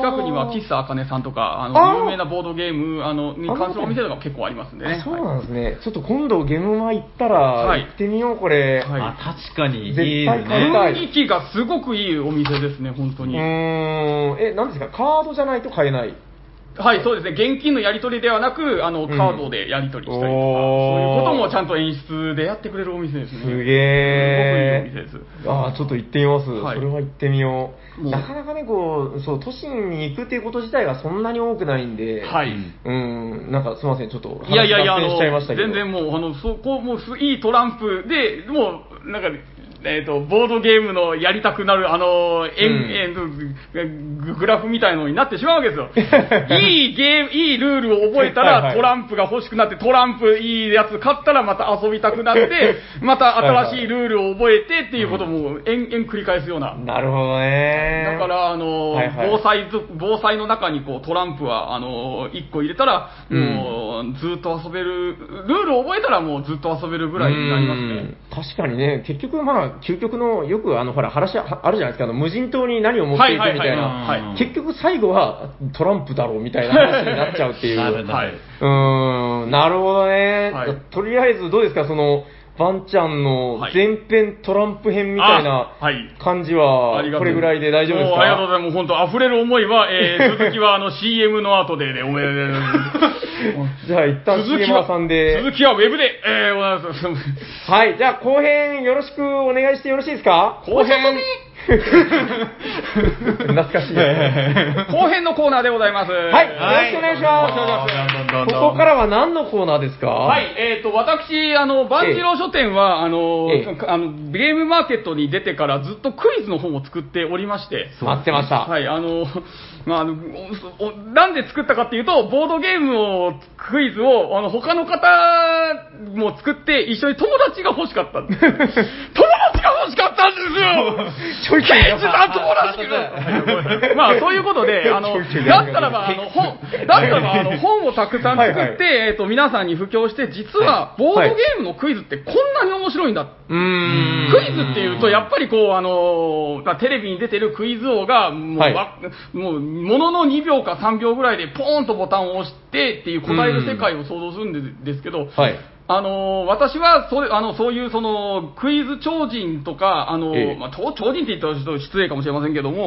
近くには、喫茶あかねさんとか、あの、有名なボードゲーム、あの、に関するお店とか結構ありますんでね。 そうなんですね。ちょっと今度、ゲームマ行ったら、行ってみよう、これ。 はい。あ、確かに。 絶対買いたい。 雰囲気がすごくいいお店ですね、本当に。 うーん。え、何ですか、カードじゃないと買えない？ はい、そうですね。現金のやり取りではなく、あの、カードでやり取りしたりとか、うん、そういうこともちゃんと演出でやってくれるお店ですね。 すげー。 すごくいいお店です。 ああ、ちょっと行ってみます。はい、それは行ってみよう。なかなかね、こう、そう、都心に行くっていうこと自体がそんなに多くないんで、 はい。 うん、なんかすみません、ちょっといやいやいや、あの、 全然もう、あの、そこ、もう、いいトランプで、もう、なんか、えーと、ボードゲームのやりたくなる、あの、円、うん、グラフみたいのになってしまうわけですよ。いいゲーム、いいルールを覚えたら、はいはい、トランプが欲しくなって、トランプいいやつ買ったらまた遊びたくなって、また新しいルールを覚えてっていうことも延々繰り返すような。 なるほどね。 だから、あの、はいはい、防災、防災の中にこうトランプは、あの、いっこ入れたら、もう、ずっと遊べる、ルールを覚えたらもうずっと遊べるぐらいになりますね。 確かにね、結局まあ、究極のよくあのほら話あるじゃないですか、あの無人島に何を持っていくみたいな、結局最後はトランプだろうみたいな話になっちゃうっていう。はい、うーん、なるほどね。はい、とりあえずどうですか、そのバンちゃんの前編トランプ編みたいな感じはこれぐらいで大丈夫ですか？ ありがとうございます。もう本当溢れる思いは、えー、続きはあの シーエム の後でね、おめでとうございます。 じゃあ一旦 シーエム さんで。 続きはウェブで、えー、お願いします。 はい、じゃあ後編よろしくお願いしてよろしいですか？ 後編懐かしい、ね。 後編のコーナーでございます。はい、よろしくお願いします。ここからは何のコーナーですか？ はい、えっ、ー、と、私、あの、万次郎書店は、あの、ええ、あの、ゲームマーケットに出てからずっとクイズの本を作っておりまして。 待ってました。 はい、あの、まあ、あの、なんで作ったかっていうと、ボードゲームを、クイズを、あの、他の方も作って、一緒に友達が欲しかった。友達が欲しかったんですよ。クイズだ、友達が。まあ、そういうことで、あの、だったらば、あの、本、だったらば、あの、本をたくさん作って、はいはい、えっと、皆さんに布教して、実は、ボードゲームのクイズってこんなに面白いんだ。 うーん。 クイズっていうと、やっぱりこう、あの、テレビに出てるクイズ王が、もう、はい、もう、もののにびょうかさんびょうぐらいでポーンとボタンを押してっていう答える世界を想像するんですけど、 はい、 あの私はそれあのそういうそのクイズ超人とかあの、ええまあ、超人って言ったらちょっと失礼かもしれませんけども、うん、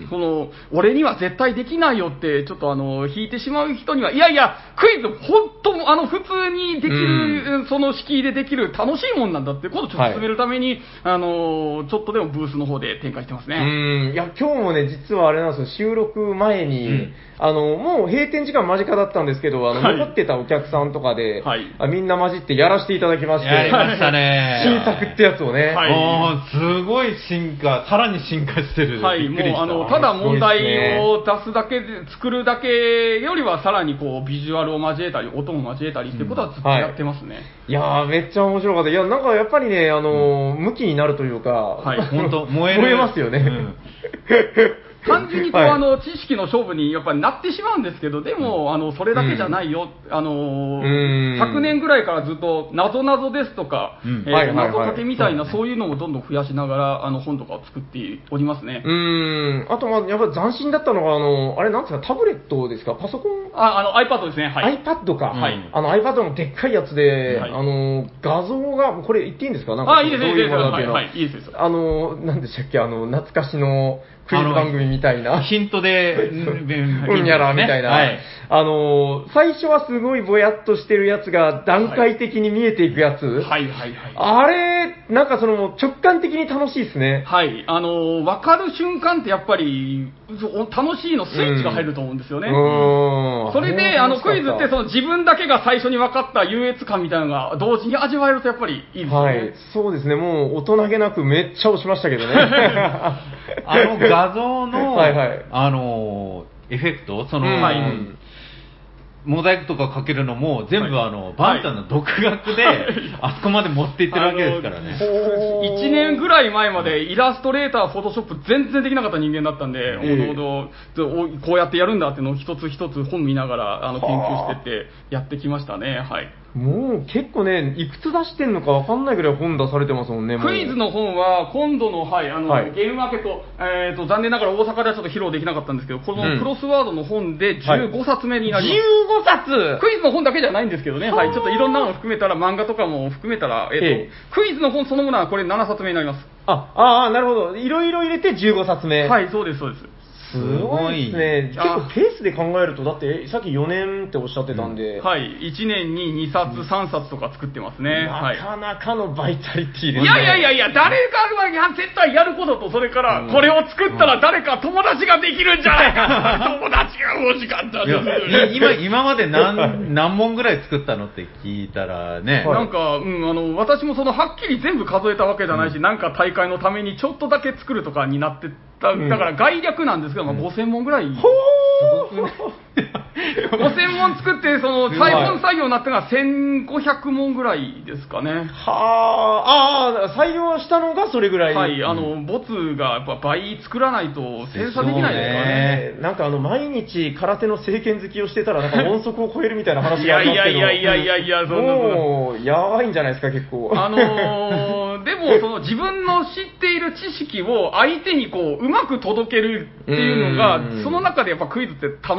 その俺には絶対できないよってちょっとあの引いてしまう人にはいやいやクイズ本当あの普通にできる、うん、その敷居でできる楽しいもんなんだってことをちょっと進めるために、はい、あのちょっとでもブースの方で展開してますね。 うんいや今日もね実はあれなんですよ収録前に、うん、あのもう閉店時間間近だったんですけどあの、はい、残ってたお客さんとかで、はい、あみんな混じってやらせていただきまして。 やりましたね。 新作ってやつをね。 はい、もうすごい進化、さらに進化してる。 はい、もうあの、ただ問題を出すだけで、作るだけよりはさらにこう、ビジュアルを交えたり、音も交えたりっていうことはずっとやってますね。 うん、はい、いやー、めっちゃ面白かった。いや、なんかやっぱりね、あのー、向きになるというか、 はい、 本当燃える。 燃えますよね。うん単純にこう、はい、あの知識の勝負にやっぱりなってしまうんですけど、でも、あのそれだけじゃないよ、うん、あのひゃくねんぐらいからずっとなぞなぞですとか、謎かけみたいな、そういうのもどんどん増やしながらあの本とかを作っておりますね。 うーんあと、まあ、やっぱり斬新だったのが、あのあれなんですか、タブレットですか、パソコンああの iPad ですね、はい、 iPad か、 はい、 あの iPad のでっかいやつで、はい、あの画像が、これ言っていいんですか、なんかあいいです、いいです、はいはい、いいです、 あのなんでしたっけ、あの懐かしのクイズ番組みたいな。 ヒントで、 うんやらみたいな。はい、あのー、最初はすごいぼやっとしてるやつが段階的に見えていくやつ。はい、 はい、はい。 あれ、なんかその直感的に楽しいですね。 はい。あのー、わかる瞬間ってやっぱり、楽しいのスイッチが入ると思うんですよね。 うん。 それで、あの、クイズってその自分だけが最初に分かった優越感みたいなのが同時に味わえるとやっぱりいいですよね。はい。 そうですね。もう大人げなくめっちゃ押しましたけどね。 あの画像の、 はいはい、 あの、エフェクトその、 うんはい、 モザイクとかかけるのも全部あの、はい、バンちゃんの独学で、はい、あそこまで持っていってるわけですからね。 いちねんぐらい前までイラストレーター、フォトショップ全然できなかった人間だったんで、えー、こうやってやるんだっていうのを一つ一つ本見ながらあの研究してってやってきましたね。はい。 もう結構ね、いくつ出してんのか分かんないぐらい本出されてますもんね。 クイズの本は今度の、はい、あの、はい、ゲームマーケット、えーと、残念ながら大阪ではちょっと披露できなかったんですけど、このクロスワードの本でじゅうごさつめになります。 じゅうごさつクイズの本だけじゃないんですけどね、はい、ちょっといろんなのを含めたら、漫画とかも含めたら、えーと、えー、クイズの本そのものはこれななさつめになります。 あ、ああ、なるほど。いろいろ入れてじゅうごさつめ。 はい、そうです、そうです。 すごいですね。結構ペースで考えると、だってさっきよねんっておっしゃってたんで、 うん、はい、いちねんににさつ、さんさつとか作ってますね。 なかなかのバイタリティですね。 いやいやいやいや、誰かが絶対やることと、それから、これを作ったら誰か友達ができるんじゃないか、友達が欲しかったです。 今、今まで何、何問ぐらい作ったのって聞いたらね。 なんか、うん、あの、私もその、はっきり全部数えたわけじゃないし、うん、なんか大会のためにちょっとだけ作るとかになってだから概略なんですけど、まあ、ごせんもんぐらい、うん、すごくねごせんもん作って、その細本作業になったのがせんごひゃくもんぐらいですかね。 はあ、ああ、採用したのがそれぐらい。 はい、あの、ボツがやっぱ倍作らないと生産できないですからね。 なんかあの、毎日空手の政権好きをしてたら、なんか音速を超えるみたいな話がありますけど。 いやいやいやいやいやいや、そんなもう、やばいんじゃないですか、結構。 あのー、でも、その自分の知っている知識を相手にこう、うまく届けるっていうのが、その中でやっぱクイズって楽しくなっ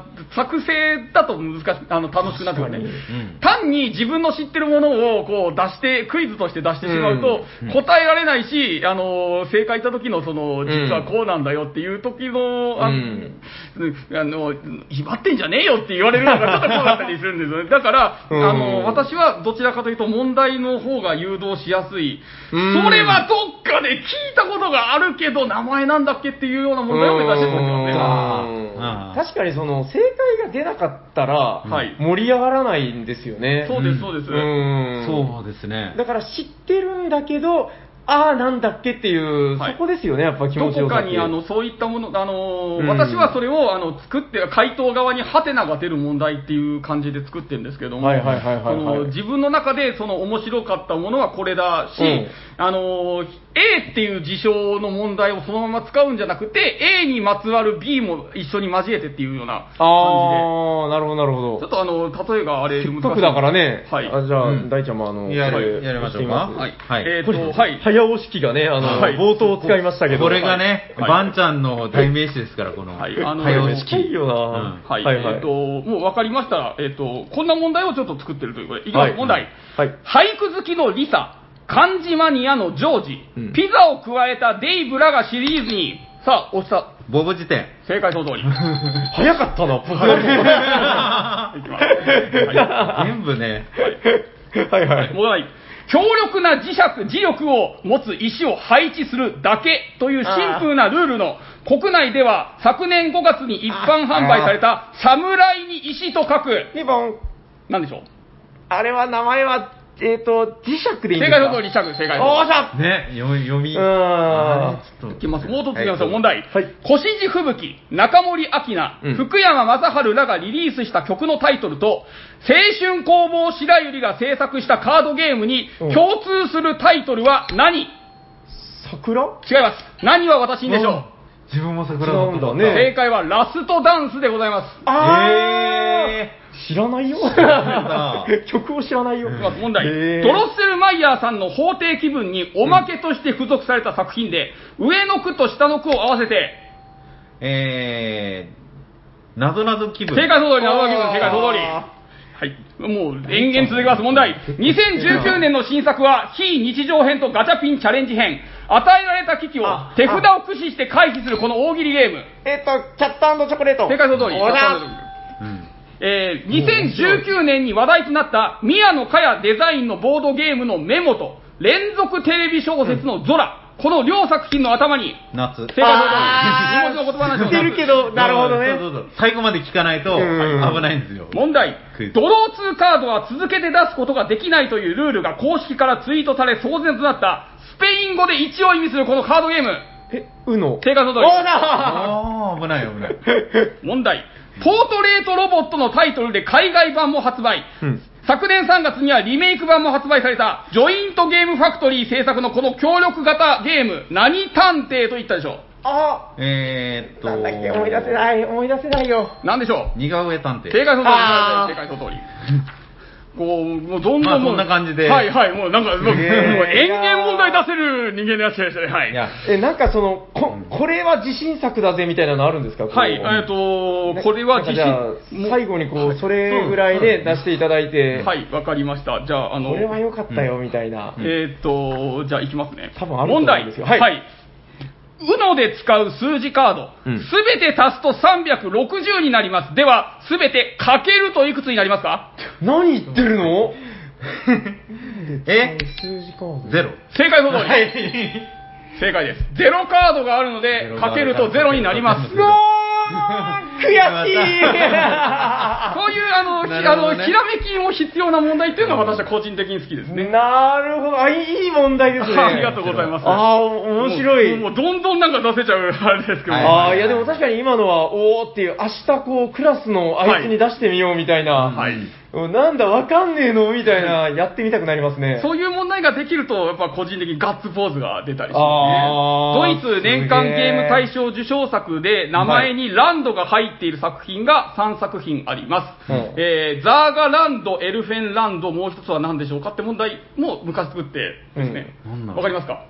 作成だと難しあの楽しくなってくるね、うん、単に自分の知ってるものをこう出してクイズとして出してしまうと、うん、答えられないし、あの正解した時のその実はこうなんだよっていう時の、あの、うん、あの威張ってんじゃねえよって言われるのがちょっと怖かったりするんですよね。だから、うん、あの私はどちらかというと問題の方が誘導しやすい、うん、それはどっかで聞いたことがあるけど名前なんだっけっていうような問題を目指してるんですよね。 確かにその正解が出なかったら盛り上がらないんですよね。 そうですそうです。うんそうですね。 だから知ってるんだけど、ああなんだっけっていう、はい、そこですよね、やっぱ気持ちよさって。 どこかにあのそういったもの、あの、うん、私はそれをあの作って回答側にハテナが出る問題っていう感じで作ってるんですけども、自分の中でその面白かったものはこれだし、うん、あの A っていう事象の問題をそのまま使うんじゃなくて A にまつわる B も一緒に交えてっていうような感じで。 ああなるほどなるほど。 ちょっとあの例えがあれ難しい。 せっかくだからね。 はい。 あじゃあ、うん、大ちゃんもあのやるやりましょうか。 はい。はい、えっ、ー、とはい。 早押し機がねあの、はい、冒頭を使いましたけど。 これがね、はい、バンちゃんの代名詞ですから、この、 はい、あの早押し機。いいよな、うん、 はい、はい、はい。えっ、ー、と、もう分かりましたら、えっ、ー、と、こんな問題をちょっと作ってるということで、いきます、はい、問題、はい。俳句好きのリサ、漢字マニアのジョージ、うん、ピザを加えたデイブらがシリーズに、さあ、押した。 ボブ辞典。 正解その通り。 早かったな、僕は。いきます。 はい、全部ね。 はいはい。 もうない。強力な磁石、磁力を持つ石を配置するだけというシンプルなルールの国内では昨年ごがつに一般販売された侍に石と書く。 にぼん。 何でしょう。 あれは名前は、えっ、ー、と、磁石でいいんですか。 正解の通り磁石、正解。 おーしゃね、読み、読み。 うーん。 ちょっと。いきます。もう一ついきますよ、問題。はい。越路吹雪、中森明菜、うん、福山雅治らがリリースした曲のタイトルと、青春工房白百合が制作したカードゲームに共通するタイトルは何、うん、 桜？ 違います。何は私にでしょう。 自分も桜だったんだね。正解はラストダンスでございます。 あー。えー知らないよ。曲を知らないよ。 問題。ドロッセルマイヤーさんの法廷気分におまけとして付属された作品で、うん、上の句と下の句を合わせて、 えー、なぞなぞ気分。 正解その通り、なぞなぞ気分、正解その通り。はい。もう、延々続きます。問題。にせんじゅうきゅうねんの新作は、非日常編とガチャピンチャレンジ編。与えられた機器を手札を駆使して回避するこの大喜利ゲーム。 えっと、キャット&チョコレート。 正解その通り。えー、にせんじゅうきゅうねんに話題となった宮野佳代デザインのボードゲームのメモと連続テレビ小説のゾラ、うん、この両作品の頭に夏正解のに文字の言葉なんですよ。知ってるけど、なるほどね。 そうそうそう、最後まで聞かないと危ないんですよ。 問題。ドローツーカードは続けて出すことができないというルールが公式からツイートされ騒然となったスペイン語で一を意味するこのカードゲーム。 え、うの正解の通り。 あー、危ない危ない。 問題。ポートレートロボットのタイトルで海外版も発売、うん、昨年さんがつにはリメイク版も発売されたジョイントゲームファクトリー制作のこの協力型ゲーム、何探偵と言ったでしょう。 あえーっとなんだっけ、思い出せない思い出せないよ。 何でしょう。 似顔絵探偵。 正解の通り。正解の通り。こう、もうどんどん、まあ、 そんな感じで。 はいはい、もうなんか、もう、もう延々問題出せる人間でいらっしゃいましたね。はい。いやえ、なんかその、こ、これは自信作だぜみたいなのあるんですか？ はい、えっと、これは自信。最後にこう、それぐらいで出していただいて。 はい、わかりました。じゃあ、あの。 これは良かったよ、みたいな。 えっと、じゃあ、いきますね。 多分あると思うんですよ。 問題。はい。ウノで使う数字カード、すべ、うん、て足すとさんびゃくろくじゅうになります。では、すべてかけるといくつになりますか？ 何言ってるの？ え数字カードゼロ。 正解の通り。はい、正解です。ゼロカードがあるので、かけるとゼロになります。 うわー悔しいそういうあの、ね、あの、ひらめきも必要な問題っていうのは私は個人的に好きですね。 なるほど。あ、いい問題ですね。 ありがとうございます。 ああ、面白い。 もう、もうどんどんなんか出せちゃうあれですけど。 ああ、いやでも確かに今のは、おーっていう、明日こう、クラスのあいつに出してみようみたいな。 はい。 なんだ、わかんねえのみたいな、やってみたくなりますね。 そういう問題ができると、やっぱ個人的にガッツポーズが出たりしますね。ドイツ年間ゲーム大賞受賞作で、名前にランドが入っている作品がさんさく品あります。はい、えー、ザーガランド、エルフェンランド、もう一つは何でしょうかって問題も昔作ってですね。わ、うん、かりますか？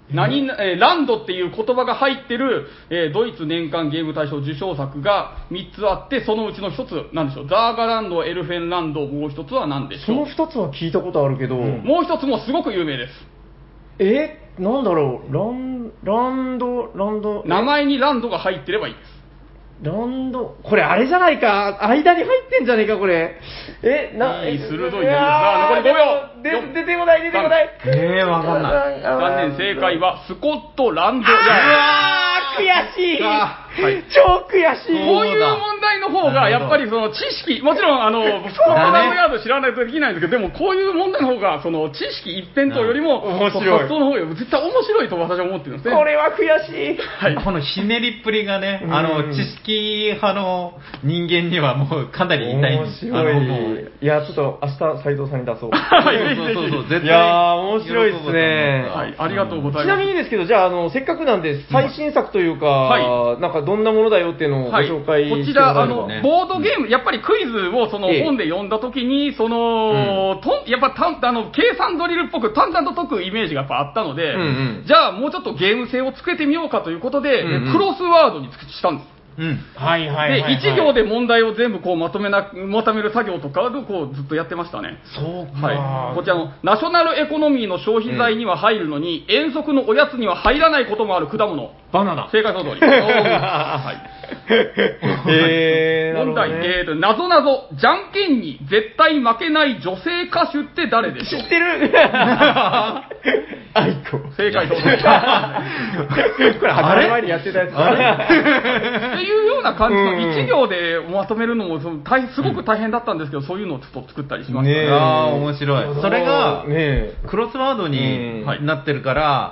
何、えー、ランドっていう言葉が入ってる、えー、ドイツ年間ゲーム大賞受賞作がみっつあって、そのうちのひとつ、なんでしょう、ザーガランド、エルフェンランド、もうひとつは何でしょう。 そのふたつは聞いたことあるけど、うん、 もうひとつもすごく有名です。 えなんだろう、ラン、ランド、ランド。 名前にランドが入ってればいいです。 ランド、これあれじゃないか、間に入ってんじゃねえか、これ。え、な、 いい鋭いです。さあ、残りごびょう。で、出てこない、出てこない。 えー、わかんない。 残念、正解は、スコットランド。 うわー、悔しい。はい、超悔しい。 こういう問題の方が、やっぱりその知識、もちろん、あの、スコットランドヤード知らないとできないんですけど、でもこういう問題の方が、その知識一辺倒よりも、 面白い。 発想の方が絶対面白いと私は思ってるんですね。 これは悔しい。 はい。このひねりっぷりがね、あの、知識派の人間にはもうかなり痛い。 面白い。いや、ちょっと明日、斉藤さんに出そう。 はい、 そうそうそう、絶対。 いやー、面白いですね。 はい、ありがとうございます。 ちなみにですけど、じゃあ、あの、せっかくなんで、最新作というか、はい、なんかどんなものだよっていうのをご紹介して、 はい、こちら、あの、ボードゲーム、やっぱりクイズをその本で読んだときに、その、うん、とやっぱたあの計算ドリルっぽく淡々と解くイメージがやっぱあったので、うんうん、じゃあもうちょっとゲーム性をつけてみようかということで、うんうん、クロスワードにしたんです。 うん、はいはいはい、はい、 で、いち行で問題を全部こうまとめな、まとめる作業とかをこうずっとやってましたね。 そうか。 はい。こちらの、ナショナルエコノミーの消費財には入るのに、うん、遠足のおやつには入らないこともある果物。 バナナ。 正解その通り。はい。 えー、 問題、ね、えーと、なぞなぞ、じゃんけんに絶対負けない女性歌手って誰でしょう。 知ってるアイコ。 正解その通り。 これ、当たり前にやってたやつだね。 っていうような感じのいち行でまとめるのもその大すごく大変だったんですけど、そういうのをちょっと作ったりしました。 ね、ああ、面白い。それが、 ね、 クロスワードになってるから、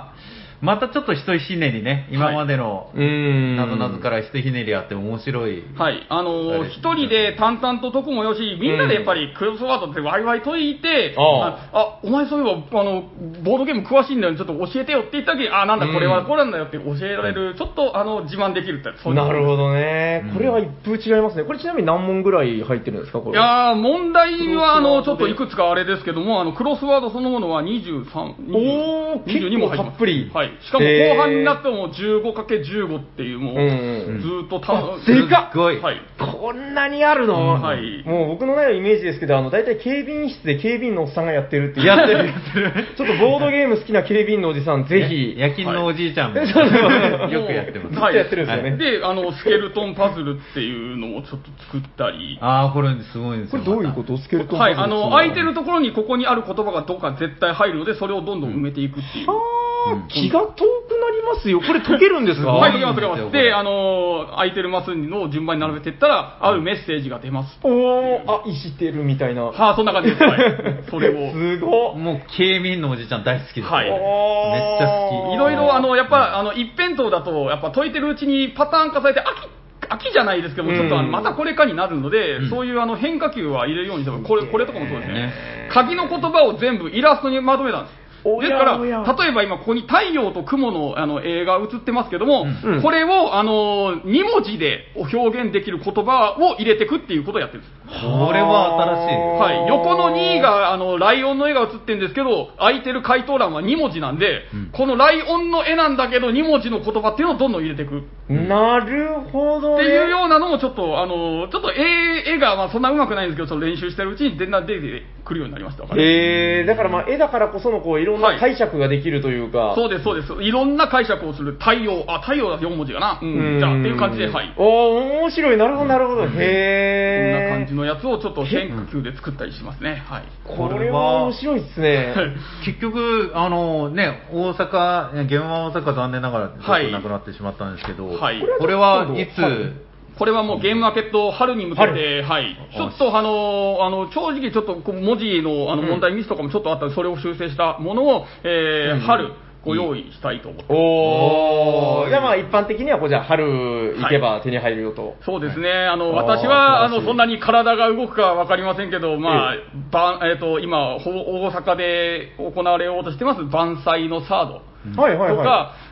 またちょっとひとひねりね、今までのなぞなぞからひとひねりあって面白い。 はい。あのー、一人で淡々と解くもよし、みんなでやっぱりクロスワードってワイワイ解いて、ああ、お前そういえば、あの、ボードゲーム詳しいんだよ、ちょっと教えてよって言った時に、あ、なんだこれはこれなんだよって教えられる、ちょっとあの、自慢できるって、 そういうなるほどね。これは一風違いますね。これちなみに何問ぐらい入ってるんですか、これ。 いやー、問題はあの、ちょっといくつかあれですけども、あの、クロスワードそのものはにじゅうさん、 おー、 にじゅうにも入ってます。 たっぷり。 はい。しかも後半になっても じゅうごかけるじゅうご っていう、もう、ずーっとた、 でかっ、 すごい。 はい。こんなにあるの、 はい。 もう僕のね、イメージですけど、あの、大体警備員室で警備員のおっさんがやってるっていう。 やってる、やってる。 ちょっとボードゲーム好きな警備員のおじさん、ぜひ。 夜勤のおじいちゃんも、よくやってます。 ずっとやってるんですよね。 で、あの、スケルトンパズルっていうのをちょっと作ったり。 ああ、これすごいですよ。これどういうことスケルトンパズル。 はい、あの、空いてるところにここにある言葉がどっか絶対入るので、それをどんどん埋めていくっていう。 うん、気が遠くなりますよ。これ解けるんですか？ はい、解けます、解けます。で、あのー、空いてるマスの順番に並べていったら、あるメッセージが出ます。 おー、あ、石てるみたいな。 はあ、そんな感じです。はい。それを。 すごっ。もう、警備員のおじちゃん大好きです。 はい。めっちゃ好き。いろいろ、あの、やっぱ、あの、一辺倒だと、やっぱ解いてるうちにパターン化されて、飽き秋じゃないですけども、ちょっとあのまたこれかになるので、うん、そういうあの変化球は入れるようにしても、これ、これとかもそうですね。鍵の言葉を全部イラストにまとめたんです。ですから、例えば今ここに太陽と雲のあの映画が映ってますけども、うん、これをあのに文字で表現できる言葉を入れていくっていうことをやってるんです。 これは新しい。 はい。横のにがあのライオンの絵が映ってるんですけど、空いてる回答欄はに文字なんで、うん、このライオンの絵なんだけどに文字の言葉っていうのをどんどん入れていく。 なるほど、ね。 っていうようなのもちょっとあのちょっと絵絵がまあそんな上手くないんですけど、その練習してるうちにだんだん出てくるようになりました。 えー、だからまあ絵だからこそのこういろんな解釈ができるというか、 はい、そうですそうです。いろんな解釈をする。太陽、あ太陽だよん文字かな。うん。じゃあっていう感じで、はい。 おー面白い。なるほどなるほど。へー。こんな感じのやつをちょっと変化球で作ったりしますね。はい。 これは面白いですね。 結局あのね大阪現場大阪残念ながらちょっとなくなってしまったんですけど、はい。これはいつ、はい、 これはもうゲームマーケット春に向けて、はい、ちょっとあの、あの、正直ちょっと文字のあの問題ミスとかもちょっとあったので、それを修正したものを、えーうん、春、ご用意したいと思ってます。 おー、じゃあまあ一般的にはこうじゃあ春行けば手に入るよと。はい、 そうですね。あの、私はあのそんなに体が動くかわかりませんけど、まあ、えーばえー、と今大阪で行われようとしてます万歳のサード。 はいはいはい、 とか、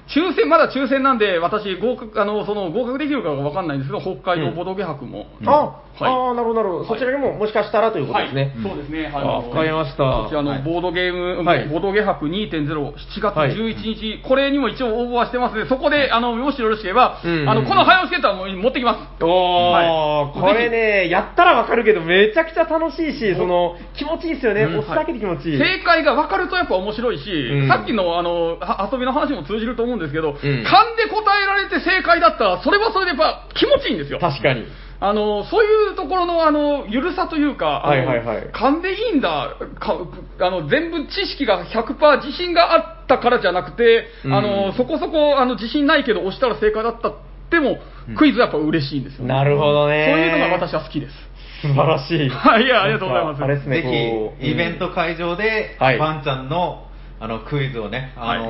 抽選、まだ抽選なんで、私、合格、あの、その、合格できるかわかんないんですけど、北海道ボドゲ博も。 うん、あ、はい、あ、なるほど、なるほど。そちらにももしかしたらということですね。 はい、そうですね。 あの、わかりました。 こちらのボードゲーム、はい、ボドゲ博 にてんゼロ、しちがつじゅういちにち、はい、これにも一応応募はしてますので、そこで、あの、もしよろしければ、うんうん、あの、この早押しチケットはもう持ってきます。 おー、はい、これね、やったらわかるけど、めちゃくちゃ楽しいし、その、気持ちいいですよね。押すだけで気持ちいい。 正解がわかるとやっぱ面白いし、うん、さっきの、あの、遊びの話も通じると思うんですけど、うん、勘で答えられて正解だったら、それはそれでやっぱ気持ちいいんですよ。 確かに。 あの、そういうところの、あの、ゆるさというか、あの、はいはいはい、勘でいいんだ、かあの、全部知識が ひゃくパーセント 自信があったからじゃなくて、うん、あの、そこそこ、あの、自信ないけど押したら正解だったっても、うん、クイズはやっぱ嬉しいんですよ、ね。 なるほどね。 そういうのが私は好きです。 素晴らしい。 はい、いや、ありがとうございます。 あれですね、ぜひ、イベント会場で、うん、バンちゃんの、あの、クイズをね、あの、はい、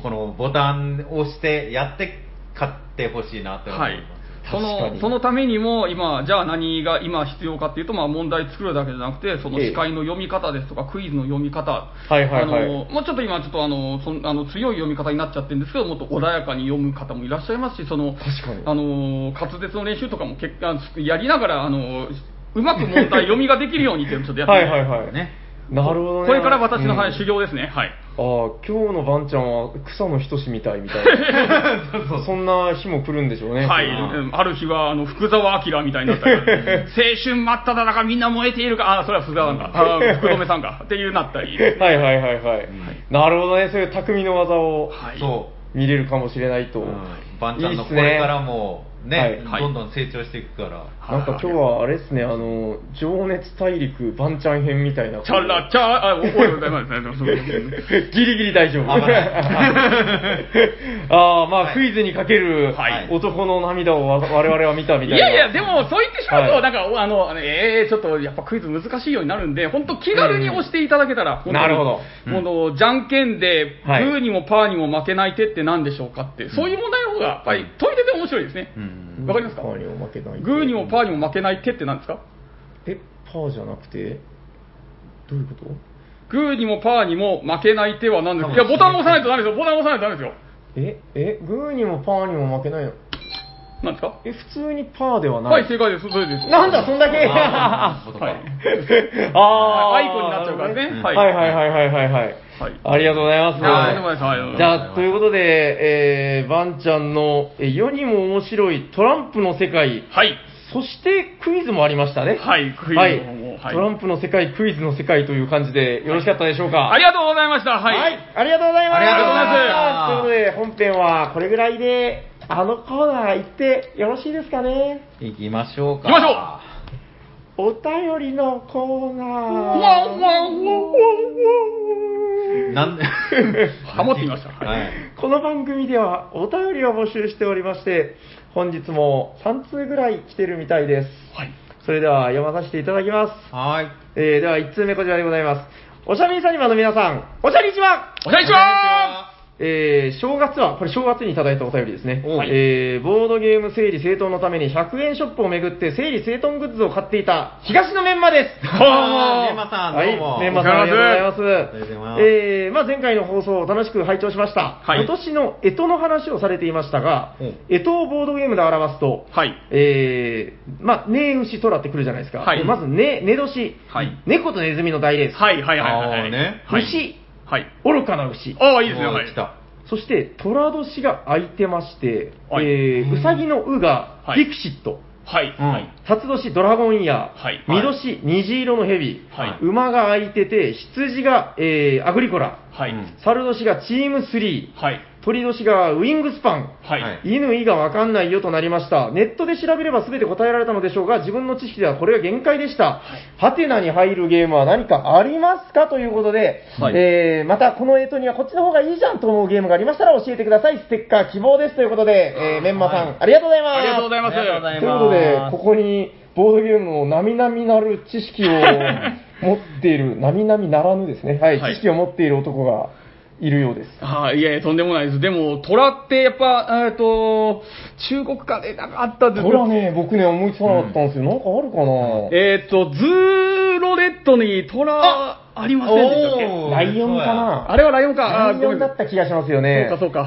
このボタンを押してやって買ってほしいなって思います。はい、 そのそのためにも今、じゃあ何が今必要かっていうと、まあ、問題作るだけじゃなくて、その司会の読み方ですとか、クイズの読み方、はいはいはい、あのもうちょっと今、ちょっとあのそあの強い読み方になっちゃってるんですけど、もっと穏やかに読む方もいらっしゃいますし、そのあの滑舌の練習とかも結やりながらあの、うまく問題読みができるようにっていうのをちょっとやってみて、はいはいはい、ね。 なるほどね。 これから私の、はい、修行ですね。はい。 ああ、今日の晩ちゃんは草野仁みたいみたいな。そんな日も来るんでしょうね。 はい。ある日は、あの、福沢明みたいになったり、青春真っ只中みんな燃えているか、あ、それは福沢さんか、あ、福留さんか、っていうなったり、ね。 はいはいはいはい。うん、なるほどね。そういう匠の技を、はい、見れるかもしれないと。 晩ちゃんのこれからも、ね、はい、どんどん成長していくから。 なんか今日はあれですね、あの、情熱大陸晩ちゃん編みたいな。 チャラチャー、あ、おはようございますね。 ギリギリ大丈夫。ああ、まあ、はい、クイズにかける男の涙を我々は見たみたいな。 いやいや、でもそう言ってしまうと、はい、なんか、あの、えー、ちょっとやっぱクイズ難しいようになるんで、本当気軽に押していただけたら、 うん、なるほど。 もう、うん、じゃんけんで、グーにもパーにも負けない手って何でしょうかって、うん、そういう問題の方が、やっぱり解いてて面白いですね。うん、わかりますか？グーにもパーにも負けない手って何ですか？ え、パーじゃなくてどういうこと？ グーにもパーにも負けない手は何ですか？いや、ボタンを押さないとダメですよ。ボタンを押さないとダメですよ。 え、え、グーにもパーにも負けないの？ 何ですか？ え、普通にパーではない？ はい、正解です。それです。 なんだ、そんだけ。 ああ、はい。ああ、アイコンになっちゃうからね。 はいはいはいはいはいはい。はい、ありがとうございます。 はい、 じゃあ、ということで、えー、バンちゃんの世にも面白いトランプの世界。 はい。 そしてクイズもありましたね。 はい、クイズも、 はいはい、トランプの世界、クイズの世界という感じでよろしかったでしょうか。 はい、ありがとうございました。はい。 はい、ありがとうございます。 ありがとうございます。ということで、本編はこれぐらいで、あのコーナー行ってよろしいですかね。 行きましょうか。 行きましょう。お便りのコーナー。ワンワンワンワン。なんでハモってみました、 はい。この番組ではお便りを募集しておりまして、本日もさん通ぐらい来てるみたいです。 はい。 それでは読まさせていただきます。 はい。 えー、ではいち通目こちらでございます。おしゃべりサニバの皆さん、おしゃにちは。 おしゃにちは。 えー、正月は、これ正月にいただいたお便りですね。はい、えー、ボードゲーム整理整頓のためにひゃくえんショップを巡って整理整頓グッズを買っていた東のメンマです。 はー、メンマさん、どうも。 はい、メンマさんありがとうございます。ありがとうございます。えー、まあ前回の放送を楽しく拝聴しました。はい、今年の干支の話をされていましたが、干支をボードゲームで表すと、はい、えー、まあ、ね牛虎ってくるじゃないですか。はい、まずね、ね年、はい、猫とネズミの代です。 はいはいはいはい、はい。 ね、牛、はい、愚かな牛。 ああ、いいですね。はい。来た。 そして、寅年が空いてまして、はい、えー、うさぎのうが、ディクシット。はい。はい。辰年ドラゴンイヤー。はい。巳年虹色の蛇。はい。馬が空いてて、羊が、えー、アグリコラ。はい。猿年がチームスリー。はい。鳥年がウィングスパン。はい。犬いがわかんないよとなりました。ネットで調べれば全て答えられたのでしょうが、自分の知識ではこれが限界でした。ハテナに入るゲームは何かありますかということで、はい、えー、またこの干支にはこっちの方がいいじゃんと思うゲームがありましたら教えてください。ステッカー希望ですということで、えー、メンマさん、はい、ありがとうございます。 ありがとうございます。 ということで、ここにボードゲームの並々なる知識を持っている、並々ならぬですね、はい、はい、知識を持っている男が、いるようです。 ああ、いやいや、とんでもないです。でも、虎ってやっぱ、えっと、中国かでなんかあったんです虎ね、僕ね、思いつかなかったんですよ。うん、なんかあるかな。 えっと、ズーロレットに虎あ、ありませんでしたっけ？ ライオンかな。 あれはライオンか。 ライオンだった気がしますよね。 そうか、そうか。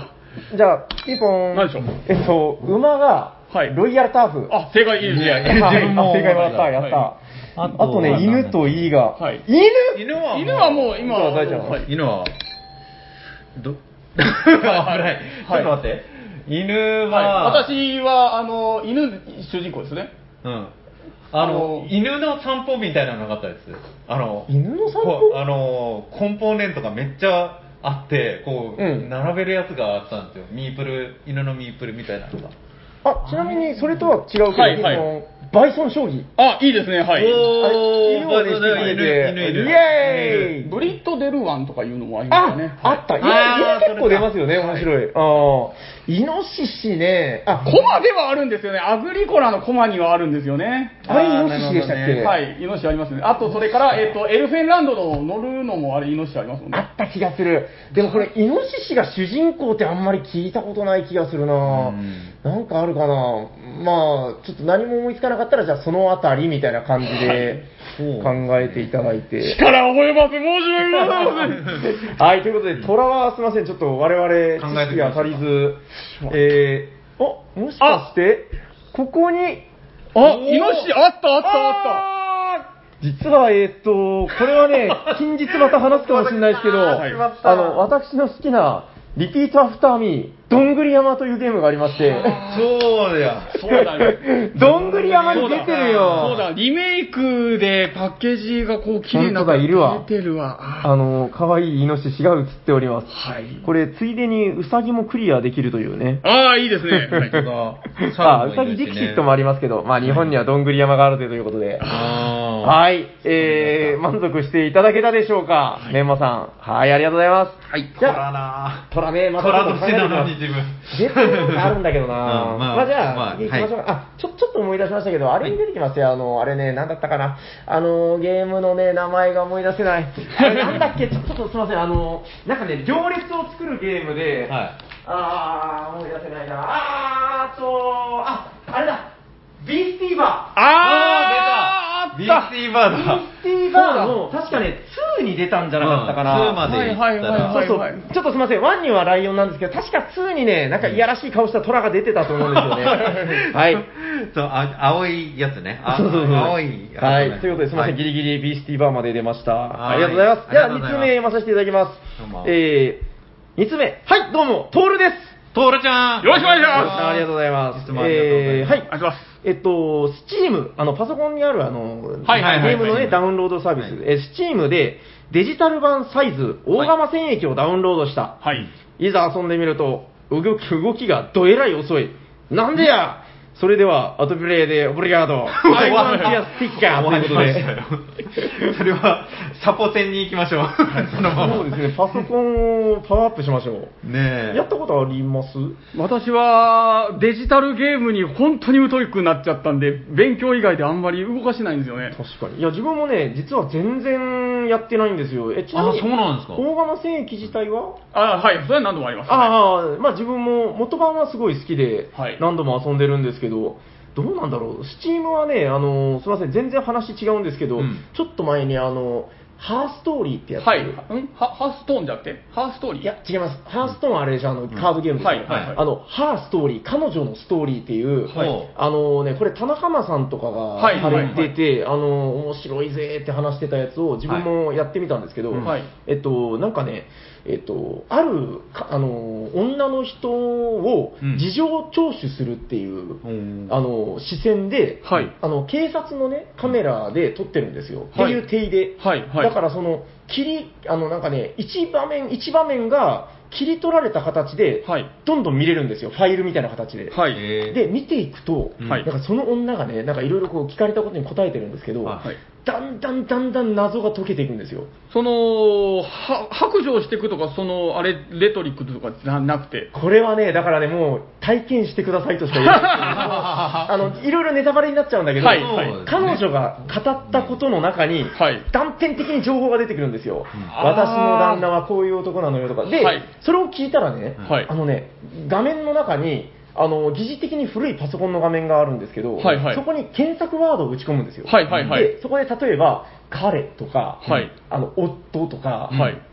じゃあ、ピンポーン。 何でしょう。 えっと、馬が、はい、ロイヤルターフ。 あ、正解いいですね。 はい、正解もらった、やった。あとね、犬といいが。 はい、 犬犬は犬はもう今、 大ちゃん。 犬は、ど、危ない。ちょっと待って。犬は、 私は、あの、犬主人公ですね。 うん。あの、犬の散歩みたいなのなかったです。あの、 犬の散歩あの、コンポーネントがめっちゃあって、こう、うん、並べるやつがあったんですよ。ミープル、犬のミープルみたいなのが。 あ、ちなみにそれとは違うけど、はいはい、バイソン将棋。 あ、いいですね、はい。 おー、犬をね、犬、犬、犬、イェーイブリット・デルワンとかいうのもありましたね。 あ、あった。犬結構出ますよね、面白い。あイノシシね。 あ、コマではあるんですよね。アグリコラのコマにはあるんですよね。 あれ、イノシシでしたっけ？ はい、イノシシありますね。あと、それから、えっと、エルフェンランドの乗るのもあれ、イノシシありますもんね。 あった気がする。でもこれ、イノシシが主人公ってあんまり聞いたことない気がするな。なんかあるかな。まあ、ちょっと何も思いつかなかったら、じゃあそのあたりみたいな感じで考えていただいて。 力を覚えます。申し訳ございません。 はい、ということで、虎はすみません、ちょっと我々、知識が足りず、えー、お、もしかして、ここに、 あ、イノシシあったあったあった。 実は、えー、っと、これはね、近日また話すかもしれないですけど、はい、あの、私の好きな、リピートアフターミー、どんぐり山というゲームがありまして。 そうだよ。 そうだね。 どんぐり山に出てるよ。 そうだ、リメイクでパッケージがこう綺麗になって出てるわ。 あの、可愛いイノシシが映っております。 はい。 これ、ついでにウサギもクリアできるというね。 ああ、いいですね。 あ、ウサギディキシットもありますけど、まあ日本にはどんぐり山があるということで。はい。えー、満足していただけたでしょうか、メンマさん。はい、ありがとうございます。 はい。じゃあ、 トラね、またトラとしてなのに自分。 絶対なんかあるんだけどな、うん、まあ、まあ、じゃあ、まあ、次行きましょうか、はい、あ、ちょ、ちょっと思い出しましたけど、あれに出てきますよ、あの、あれね、なんだったかな、あの、ゲームのね、名前が思い出せない。あれなんだっけ、ちょっとすいません、あの、なんかね、行列を作るゲームで、はい、あー、思い出せないな、あーと、あ、あれだ、ビースティーバー。 あー、 ビースティーバーだ。 ビースティーバーの、確かね、ツーに出たんじゃなかったかな。 ツーまで行ったら。 そうそう。ちょっとすみません、ワンにはライオンなんですけど、確かツーにね、なんかいやらしい顔したトラが出てたと思うんですよね。はい。 そう、あ青いやつね。 そうそうそう。 青い。 はい。ということで、すみません、ギリギリビースティーバーまで出ました。ありがとうございます。じゃあ、につめ読まさせていただきます。えー、につめ。はい、どうも、トールです。 トールちゃん、 よろしくお願いします。 ありがとうございます。 いつもありがとうございます。 はい、お願いします。えっと、スチーム、あの、パソコンにある、あの、はいはいはいはい、ゲームのね、ダウンロードサービス、はい、え、スチームで、デジタル版サイズ、大釜戦役をダウンロードした。 はい。 いざ遊んでみると、動き、動きがどえらい遅い。なんでや、それでは、アトプレイでオブリガード、アイワンティアスティッカーということで。それは、サポ戦に行きましょう。 そのまま。そうですね、パソコンをパワーアップしましょう。 ねえ。 やったことあります？ 私は、デジタルゲームに本当に疎くになっちゃったんで、勉強以外であんまり動かしないんですよね。 確かに。いや、自分もね、実は全然やってないんですよ。え、ちなみに、 あ、そうなんですか。 大釜戦役自体は？ あ、はい、それは何度もあります、ね。 ああ、まあ自分も元版はすごい好きで、 はい、 何度も遊んでるんですけど、どうなんだろう、スチームはね、あのすみません、全然話違うんですけど、うん、ちょっと前にあのハーストーリーってやつ、 はい、んハハーストーンじゃなくて、ハーストーリー、 いや、違います、ハーストーンはあれじゃあの、カードゲームですよ、うんはいはい、あのハーストーリー、彼女のストーリーっていう、はい、あのね、これ、田中間さんとかがされてて、はいはいはい、あの面白いぜって話してたやつを自分もやってみたんですけど、はい、えっと、なんかね、えっと、あるあの女の人を事情聴取するっていう、うん、あの視線で、はい、あの警察の、ね、カメラで撮ってるんですよ、はい、っていう体で、はいはい、だからその切りあのなんかね一場面一場面が切り取られた形で、はい、どんどん見れるんですよ、ファイルみたいな形で。はい、で、見ていくと、はい、なんかその女がね、なんかいろいろ聞かれたことに答えてるんですけど、はい、だんだんだんだん謎が解けていくんですよ。 その、は白状していくとか、その、あれ、レトリックとかじゃなくて。 これはね、だからね、もう体験してくださいとしか言えないあの、いろいろネタバレになっちゃうんだけど、はいはい、彼女が語ったことの中に、はい、断片的に情報が出てくるんですよ。うん、私の旦那はこういう男なのよとか。で、はい、それを聞いたらね、はい、あのね、画面の中に、あの疑似的に古いパソコンの画面があるんですけど、はいはい、そこに検索ワードを打ち込むんですよ。はいはいはい、でそこで例えば彼とか、はい、あの夫とか、はい、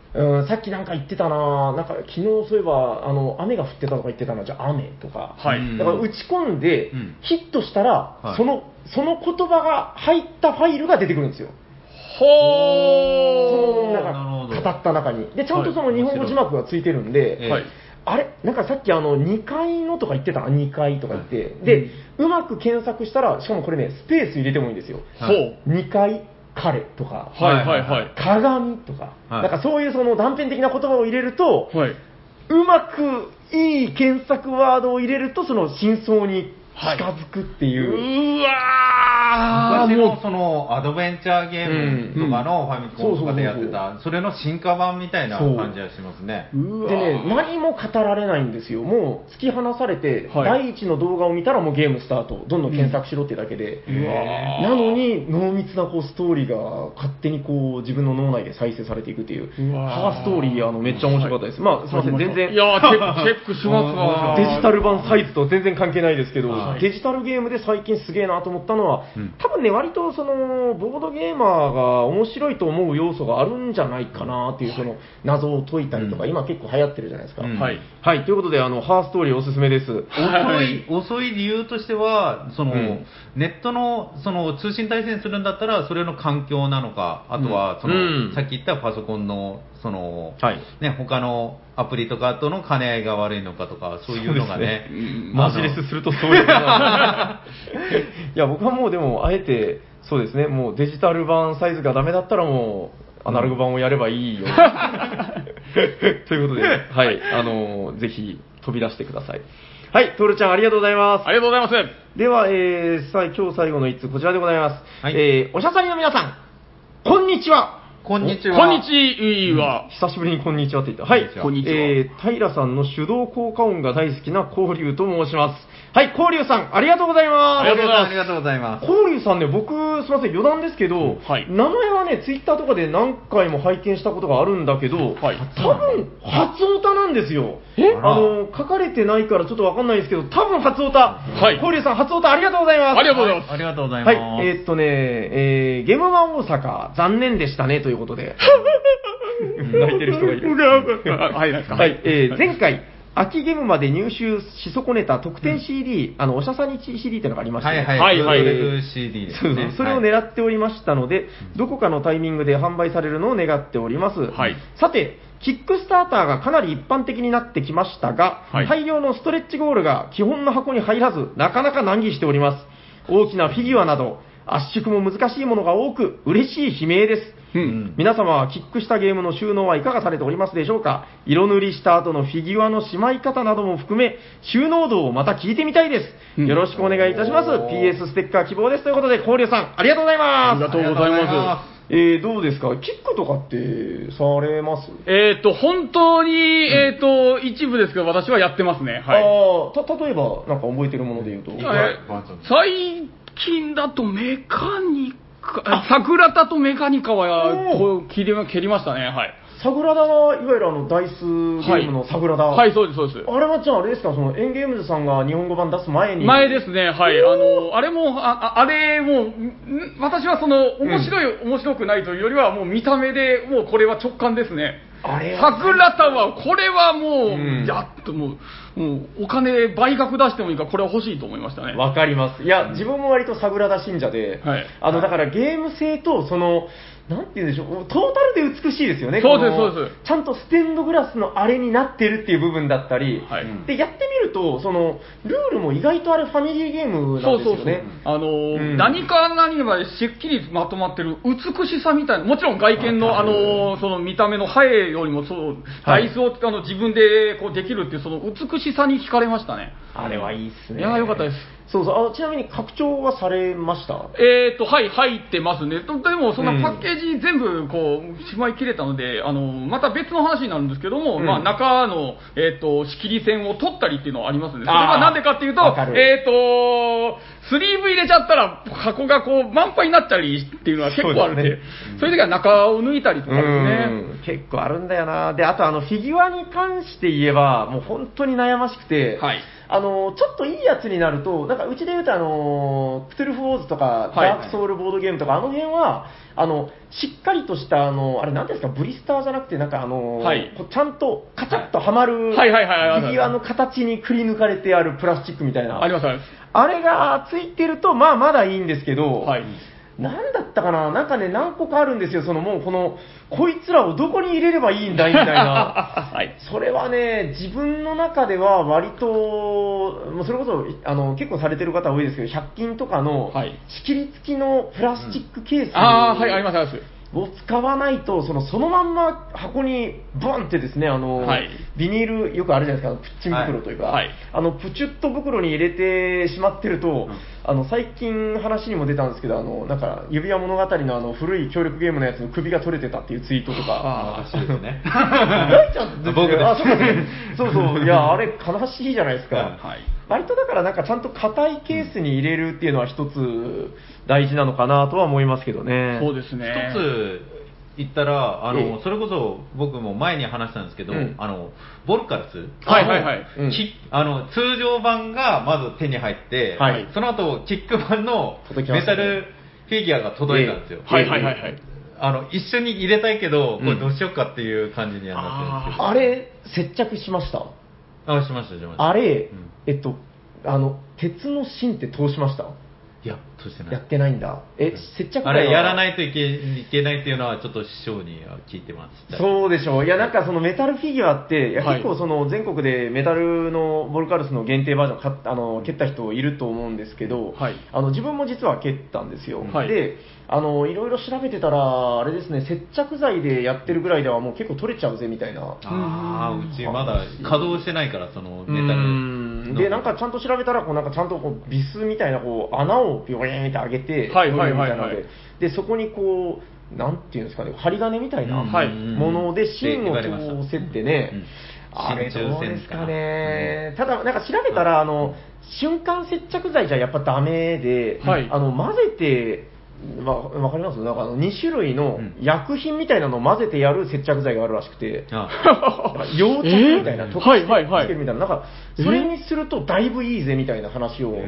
うん、さっきなんか言ってたな、なんか昨日そういえばあの雨が降ってたとか言ってたの、じゃあ雨とか、 はい、 だから打ち込んで、うん、ヒットしたら、 はい、 そのその言葉が入ったファイルが出てくるんですよ。 ほー、そのなんか語った中にでちゃんとその日本語字幕がついてるんで、はい、あれなんかさっきあのにかいのとか言ってたな、にかいとか言って、はい、で、うん、うまく検索したら、しかもこれねスペース入れてもいいんですよ。 はい、 にかい彼とか、 はいはいはい、 鏡とか、はい、なんかそういうその断片的な言葉を入れると、はい、うまくいい検索ワードを入れるとその真相に近づくっていう。 はい、うわー昔のそのアドベンチャーゲームとかのファミコンとかでやってた、それの進化版みたいな感じはしますね。 でね、何も語られないんですよ。もう突き放されて、はい、第一の動画を見たらもうゲームスタート、どんどん検索しろってだけで。うん、なのに濃密なこうストーリーが勝手にこう自分の脳内で再生されていくっていう。ハーストーリーあのめっちゃ面白かったです。まあすみません、全然。 いやーチェック、チェックしますわ。 デジタル版サイズと全然関係ないですけど、デジタルゲームで最近すげえなと思ったのは、うん、多分ね、割とそのボードゲーマーが面白いと思う要素があるんじゃないかなっていう、その謎を解いたりとか、うん、今結構流行ってるじゃないですか。うん、はい、はい、ということであのハーストーリーおすすめです。遅い遅い理由としては、その、うん、ネットのその通信対戦するんだったらそれの環境なのか、あとはその、うん、さっき言ったパソコンのその、はい、ね、他のアプリとかとの兼ね合いが悪いのかとか、そういうのがね、 マジレスするとそういうのがいや僕はもうでもあえてそうですね、もうデジタル版サイズがダメだったらもうアナログ版をやればいいよ、うん、ということで、はい、あのぜひ飛び出してください。はい、トールちゃんありがとうございます。 ありがとうございます。 では、えー、さあ今日最後の一通こちらでございます。はい、えー、おしゃさりの皆さん、こんにちは。 こんにちは。 こんにちは、 うん。久しぶりにこんにちはって言った。はい。こんにちは。えー、平さんの手動効果音が大好きなコウリュウと申します。はい、コウリュウさん、ありがとうございます。 ありがとうございます。ありがとうございます。 コウリュウさんね、僕、すみません、余談ですけど、はい、名前はね、ツイッターとかで何回も拝見したことがあるんだけど、はい、多分、初オタなんですよ。えあの、書かれてないからちょっとわかんないですけど、多分初オタ。はい。コウリュウさん、初オタありがとうございます。 ありがとうございます。 ありがとうございます。 はい、えー、っとね、えー、ゲームマン大阪、残念でしたね、ということで。泣いてる人がいる。 はい、ですか。 はい、えー、前回、秋ゲームまで入手し損ねた特典 シーディー、うん、あの、おしゃさに シーディー っていうのがありましたね。 はいはい、はい、えー、シーディー ですね。 それを狙っておりましたので、はい、どこかのタイミングで販売されるのを願っております。はい、さて、キックスターターがかなり一般的になってきましたが、はい、大量のストレッチゴールが基本の箱に入らず、なかなか難儀しております。大きなフィギュアなど、圧縮も難しいものが多く、嬉しい悲鳴です。うん、皆様はキックしたゲームの収納はいかがされておりますでしょうか。色塗りした後のフィギュアのしまい方なども含め、収納度をまた聞いてみたいです。うん、よろしくお願いいたします。ピーエス ステッカー希望です。ということで、コウリュウさん、ありがとうございます。 ありがとうございます。 えー、どうですか、キックとかってされます？ えっ、ー、と、本当に、えっ、ー、と、一部ですけど、私はやってますね。はい。 ああ、た、例えば、なんか覚えてるもので言うと。 えー、最近だとメカニカ、桜田とメカニカはこう切り、蹴りましたね。はい。 サグラダは、いわゆるあの、ダイスゲームのサグラダ。 はい、はい、そうです、そうです。 あれはじゃああれですか、その、エンゲームズさんが日本語版出す前に。 前ですね、はい。あの、あれも、ああれも、私はその、面白い、うん、面白くないというよりは、もう見た目でもうこれは直感ですね。あれは桜田は、これはもう、うん、やっともう、もう、お金倍額出してもいいから、これは欲しいと思いましたね。 わかります。いや、自分も割とサグラダ信者で、はい、あの、だからゲーム性と、その、なんて言うんでしょう、トータルで美しいですよね。 そうです、そうです。 ちゃんとステンドグラスのあれになってるっていう部分だったり、はい、で、やってみると、その、ルールも意外とあれファミリーゲームなんですよね。そうそうそう。 あのーうん、何か何かでしっきりまとまってる美しさみたいな、もちろん外見の、あのー、その見た目の映えよりも、そう、ダイスをあの自分でこうできるっていう、その美しさに惹かれましたね。 あれはいいっすね。 いや、よかったです。 そうそう、あのちなみに拡張はされました？ えーと、はい、入ってますね。でも、そんなパッケージ全部、こう、しまいきれたので、あの、また別の話になるんですけども、うん、まあ、中の、えーと、仕切り線を取ったりっていうのはありますね。それはなんでかっていうと、えーと、 スリーブ入れちゃったら箱がこう満杯になったりっていうのは結構あるんで、そうですね、そういう時は中を抜いたりとかですね。 結構あるんだよな。で、あとあのフィギュアに関して言えば、もう本当に悩ましくて、はい、あの、ちょっといいやつになると、なんかうちで言うとあの、クトゥルフウォーズとか、ダークソウルボードゲームとか、あの辺は、あの、しっかりとした、あの、あれなんですか、ブリスターじゃなくて、なんかあの、はい、ちゃんとカチャッとはまる、フィギュアの形にくり抜かれてあるプラスチックみたいな。 ありますあります。 あれがついてると、まあまだいいんですけど、はい、なんだったかな、なんかね、何個かあるんですよ、そのもうこの、こいつらをどこに入れればいいんだいみたいな、はい、それはね、自分の中では割と、もうそれこそあの結構されてる方多いですけど、ひゃく均とかの仕切り付きのプラスチックケース、うん、 あはい、ありますあります。 を使わないと、そのそのまんま箱にボンってですね、あの、はい、ビニールよくあるじゃないですか、プッチン袋というか、はいはい、あのプチュッと袋に入れてしまってると、うん、あの最近話にも出たんですけど、あのなんか指輪物語のあの古い協力ゲームのやつの首が取れてたっていうツイートとか、 あ私ですね。 大ちゃんですね。僕です。あ、そうですね。そうそう。いやあれ悲しいじゃないですか。はい、割とだからなんかちゃんと硬いケースに入れるっていうのは一つ大事なのかなとは思いますけどね。 そうですね。 一つ言ったら、あの、ええ、それこそ僕も前に話したんですけど、うん、あのボルカルス、 はいはいはい、 うん、あの通常版がまず手に入って、はい、その後キック版のメタルフィギュアが届いたんですよ。 ええ、はいはいはいはい。 あの一緒に入れたいけど、これどうしようかっていう感じにはなってるんですけど。 うん、あ, あれ接着しました？ あ、しましたしました。 あれ、うん、えっとあの鉄の芯って通しました？ いや、通してない。 やってないんだ。え、接着剤はあれやらないといけいけないっていうのはちょっと師匠には聞いてます。 そうでしょう。いや、なんかそのメタルフィギュアって、いや結構その全国でメタルのボルカルスの限定バージョンかあの蹴った人いると思うんですけど、はい、あの自分も実は蹴ったんですよ。はい、で、あのいろいろ調べてたら、あれですね、接着剤でやってるぐらいではもう結構取れちゃうぜみたいな。ああ、うちまだ稼働してないから、そのメタル。 で、なんかちゃんと調べたら、こうなんかちゃんとこうビスみたいなこう穴をビョーンって上げて、 はいはいはいはい、 で、そこにこう、なんていうんですかね、針金みたいなもので芯を通せってね、あれどうですかね、ただなんか調べたら、あの、瞬間接着剤じゃやっぱダメで、はい、あの混ぜて、わ、わかります？なんかあのに種類の薬品みたいなのを混ぜてやる接着剤があるらしくて、うん、溶着みたいな、溶かしてつけるみたいな、なんかそれにするとだいぶいいぜみたいな話を、ちょっ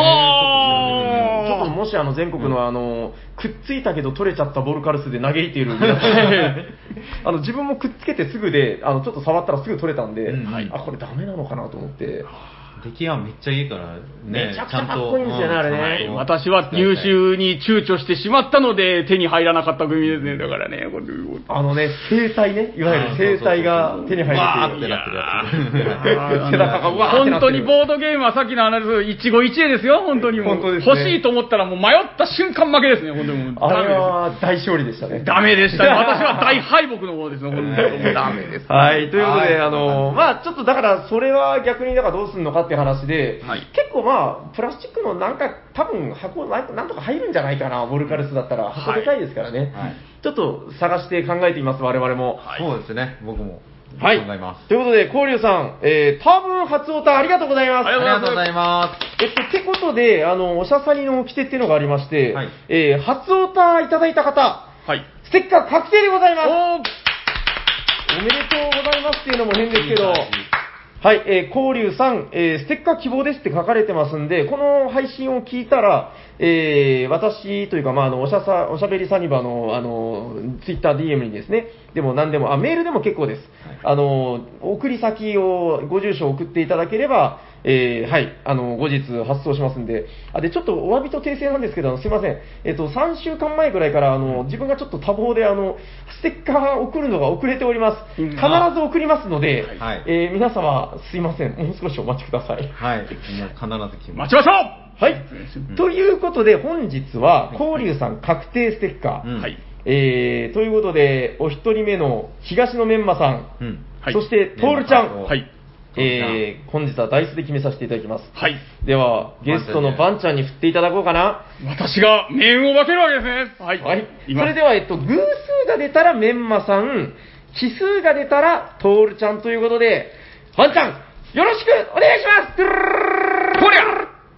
ともしあの全国のあのくっついたけど取れちゃったボルカルスで嘆いている皆さんあの自分もくっつけてすぐで、あのちょっと触ったらすぐ取れたんで、うん、あ、これダメなのかなと思って。 出来はめっちゃいいからね。 めちゃくちゃかっこいいんですよね、あれね。 私は入手に躊躇してしまったので手に入らなかった組ですね。だからね、 あのね、生体ね、いわゆる生体が手に入るってなってるやつ。背中がうわーってなってる。 本当にボードゲームはさっきの話です、一期一会ですよ、本当にもう。本当ですね、欲しいと思ったらもう迷った瞬間負けですね、本当にもう。 あれは大勝利でしたね。 ダメでしたね。私は大敗北の方ですね、本当に。ダメです。 はい、ということで、あの、まあちょっとだからそれは逆にだからどうするのかっていう話で、はい、結構まあプラスチックのなんか多分箱なんとか入るんじゃないかな、ボルカルスだったら箱でかいですからね、はいはい、ちょっと探して考えてみます、我々も。 はい、そうですね、僕も考えます。 ということで、コウリュウさん、えー、多分初オタありがとうございます。 ありがとうございます。 えっと、ってことで、あの、おしゃさりの掟っていうのがありまして、はい、えー、初オタいただいた方、はい、ステッカー確定でございます。お, おめでとうございますっていうのも変ですけど、はい、えー、コウリュウさん、えー、ステッカー希望ですって書かれてますんで、この配信を聞いたら、えー、私というか、まあ、あの、おしゃさ、おしゃべりサニバの、あの、ツイッター ディーエム にですね、でも何でも、あ、メールでも結構です。あの、送り先を、ご住所を送っていただければ、えー、はい、あの、後日発送しますんで、あ、で、ちょっとお詫びと訂正なんですけど、すいません。えっと、さんしゅうかんまえぐらいから、あの、自分がちょっと多忙で、あの、ステッカー送るのが遅れております。必ず送りますので、はい、えー、皆様、すいません。もう少しお待ちください。 はい。もう必ず来ます。 待ちましょうはい。うん、ということで、本日は、コウリュウさん確定ステッカー。はい。えー、ということで、お一人目の東野メンマさん、うんはい、そして、トールちゃん。はい。えー、本日はダイスで決めさせていただきます。はい。では、ゲストのバンちゃんに振っていただこうかな。 私が面を分けるわけですね。はい。 はい。それでは、えっと、偶数が出たらメンマさん、奇数が出たらトールちゃんということで、バンちゃん、よろしくお願いします。 こりゃ